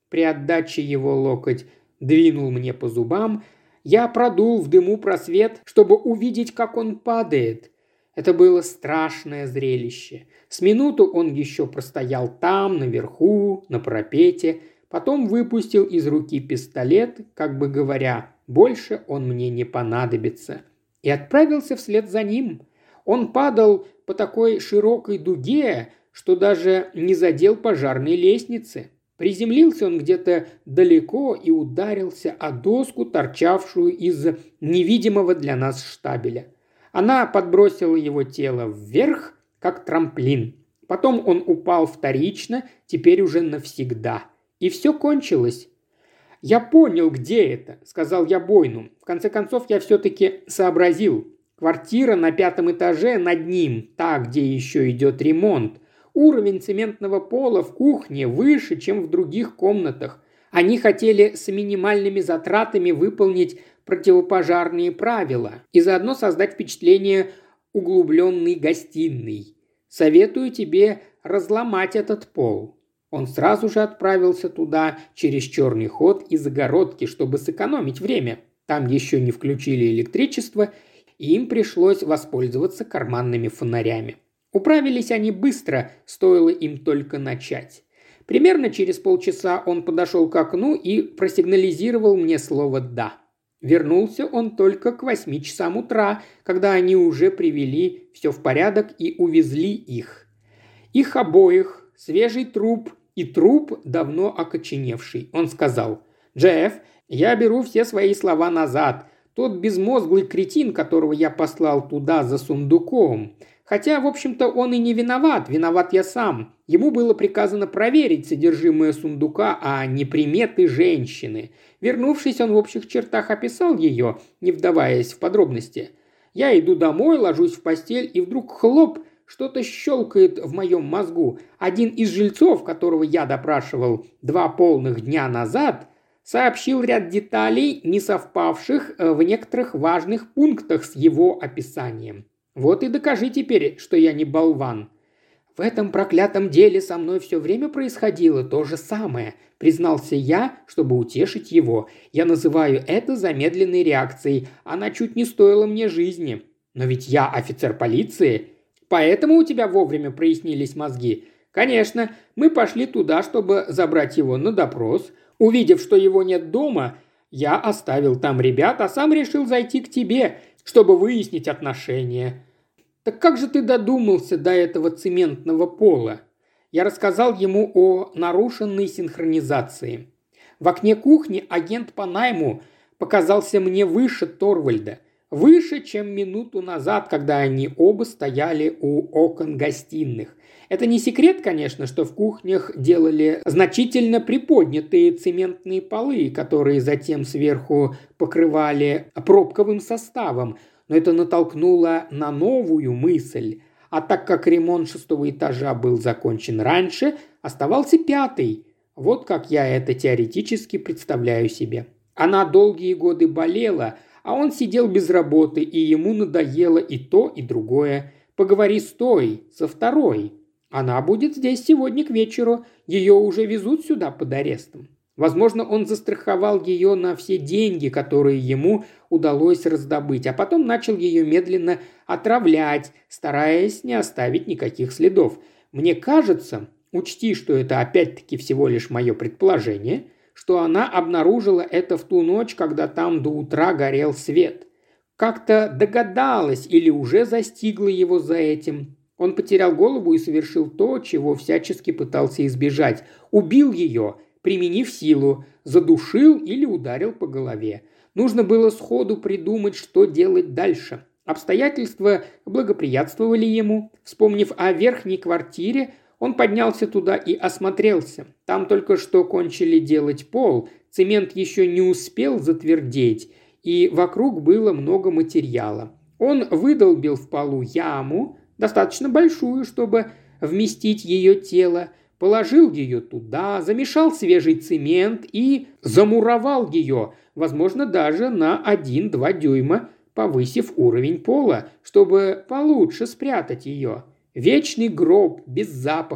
При отдаче его локоть двинул мне по зубам. Я продул в дыму просвет, чтобы увидеть, как он падает. Это было страшное зрелище. С минуту он еще простоял там, наверху, на парапете, потом выпустил из руки пистолет, как бы говоря, больше он мне не понадобится, и отправился вслед за ним. Он падал по такой широкой дуге, что даже не задел пожарной лестницы. Приземлился он где-то далеко и ударился о доску, торчавшую из невидимого для нас штабеля. Она подбросила его тело вверх, как трамплин. Потом он упал вторично, теперь уже навсегда. И все кончилось. «Я понял, где это», – сказал я Бойну. В конце концов, я все-таки сообразил. Квартира на 5-м этаже над ним, та, где еще идет ремонт. Уровень цементного пола в кухне выше, чем в других комнатах. Они хотели с минимальными затратами выполнить противопожарные правила и заодно создать впечатление углубленной гостиной. Советую тебе разломать этот пол. Он сразу же отправился туда через черный ход и загородки, чтобы сэкономить время. Там еще не включили электричество, и им пришлось воспользоваться карманными фонарями. Управились они быстро, стоило им только начать. Примерно через полчаса он подошел к окну и просигнализировал мне слово «да». Вернулся он только к 8 часам утра, когда они уже привели все в порядок и увезли их. Их обоих, свежий труп и труп, давно окоченевший. Он сказал: «Джефф, я беру все свои слова назад. Тот безмозглый кретин, которого я послал туда за сундуком. Хотя, в общем-то, он и не виноват. Виноват я сам. Ему было приказано проверить содержимое сундука, а не приметы женщины. Вернувшись, он в общих чертах описал ее, не вдаваясь в подробности. Я иду домой, ложусь в постель, и вдруг хлоп, что-то щелкает в моем мозгу. Один из жильцов, которого я допрашивал 2 полных дня назад, сообщил ряд деталей, не совпавших в некоторых важных пунктах с его описанием. Вот и докажи теперь, что я не болван». «В этом проклятом деле со мной все время происходило то же самое», признался я, чтобы утешить его. «Я называю это замедленной реакцией. Она чуть не стоила мне жизни. Но ведь я офицер полиции. Поэтому у тебя вовремя прояснились мозги. Конечно, мы пошли туда, чтобы забрать его на допрос. Увидев, что его нет дома, я оставил там ребят, а сам решил зайти к тебе, чтобы выяснить отношения». «Так как же ты додумался до этого цементного пола?» Я рассказал ему о нарушенной синхронизации. В окне кухни агент по найму показался мне выше Торвальда. Выше, чем минуту назад, когда они оба стояли у окон гостиных. Это не секрет, конечно, что в кухнях делали значительно приподнятые цементные полы, которые затем сверху покрывали пробковым составом, но это натолкнуло на новую мысль. А так как ремонт 6-го этажа был закончен раньше, оставался 5-й. Вот как я это теоретически представляю себе. Она долгие годы болела, а он сидел без работы, и ему надоело и то, и другое. Поговори с той, со второй. Она будет здесь сегодня к вечеру. Ее уже везут сюда под арестом. Возможно, он застраховал ее на все деньги, которые ему удалось раздобыть, а потом начал ее медленно отравлять, стараясь не оставить никаких следов. Мне кажется, учти, что это опять-таки всего лишь мое предположение, что она обнаружила это в ту ночь, когда там до утра горел свет. Как-то догадалась или уже застигла его за этим. Он потерял голову и совершил то, чего всячески пытался избежать. Убил ее, применив силу, задушил или ударил по голове. Нужно было сходу придумать, что делать дальше. Обстоятельства благоприятствовали ему. Вспомнив о верхней квартире, он поднялся туда и осмотрелся. Там только что кончили делать пол, цемент еще не успел затвердеть, и вокруг было много материала. Он выдолбил в полу яму, достаточно большую, чтобы вместить ее тело, положил ее туда, замешал свежий цемент и замуровал ее, возможно, даже на 1-2 дюйма, повысив уровень пола, чтобы получше спрятать ее. Вечный гроб, без запаха.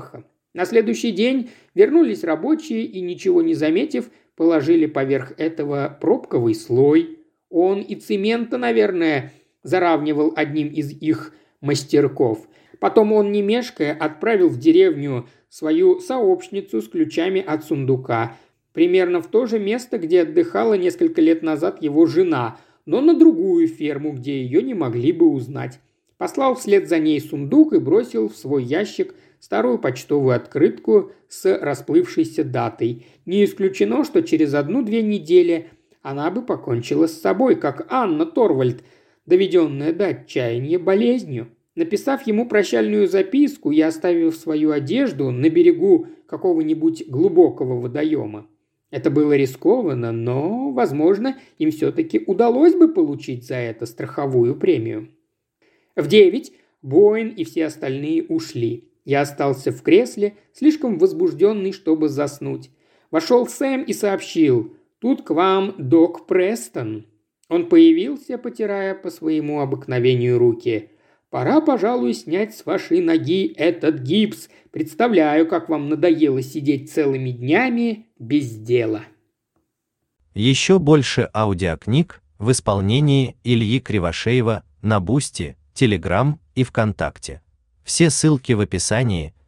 На следующий день вернулись рабочие и, ничего не заметив, положили поверх этого пробковый слой. Он и цемента, наверное, заравнивал одним из их мастерков. Потом он, не мешкая, отправил в деревню свою сообщницу с ключами от сундука, примерно в то же место, где отдыхала несколько лет назад его жена, но на другую ферму, где ее не могли бы узнать. Послал вслед за ней сундук и бросил в свой ящик старую почтовую открытку с расплывшейся датой. Не исключено, что через 1-2 недели она бы покончила с собой, как Анна Торвальд, доведенная до отчаяния болезнью. Написав ему прощальную записку и оставив свою одежду на берегу какого-нибудь глубокого водоема. Это было рискованно, но, возможно, им все-таки удалось бы получить за это страховую премию. В 9 Боуэн и все остальные ушли. Я остался в кресле, слишком возбужденный, чтобы заснуть. Вошел Сэм и сообщил: «Тут к вам док Престон». Он появился, потирая по своему обыкновению руки. «Пора, пожалуй, снять с вашей ноги этот гипс. Представляю, как вам надоело сидеть целыми днями без дела». Еще больше аудиокниг в исполнении Ильи Кривошеева на Бусти, Телеграм и ВКонтакте. Все ссылки в описании.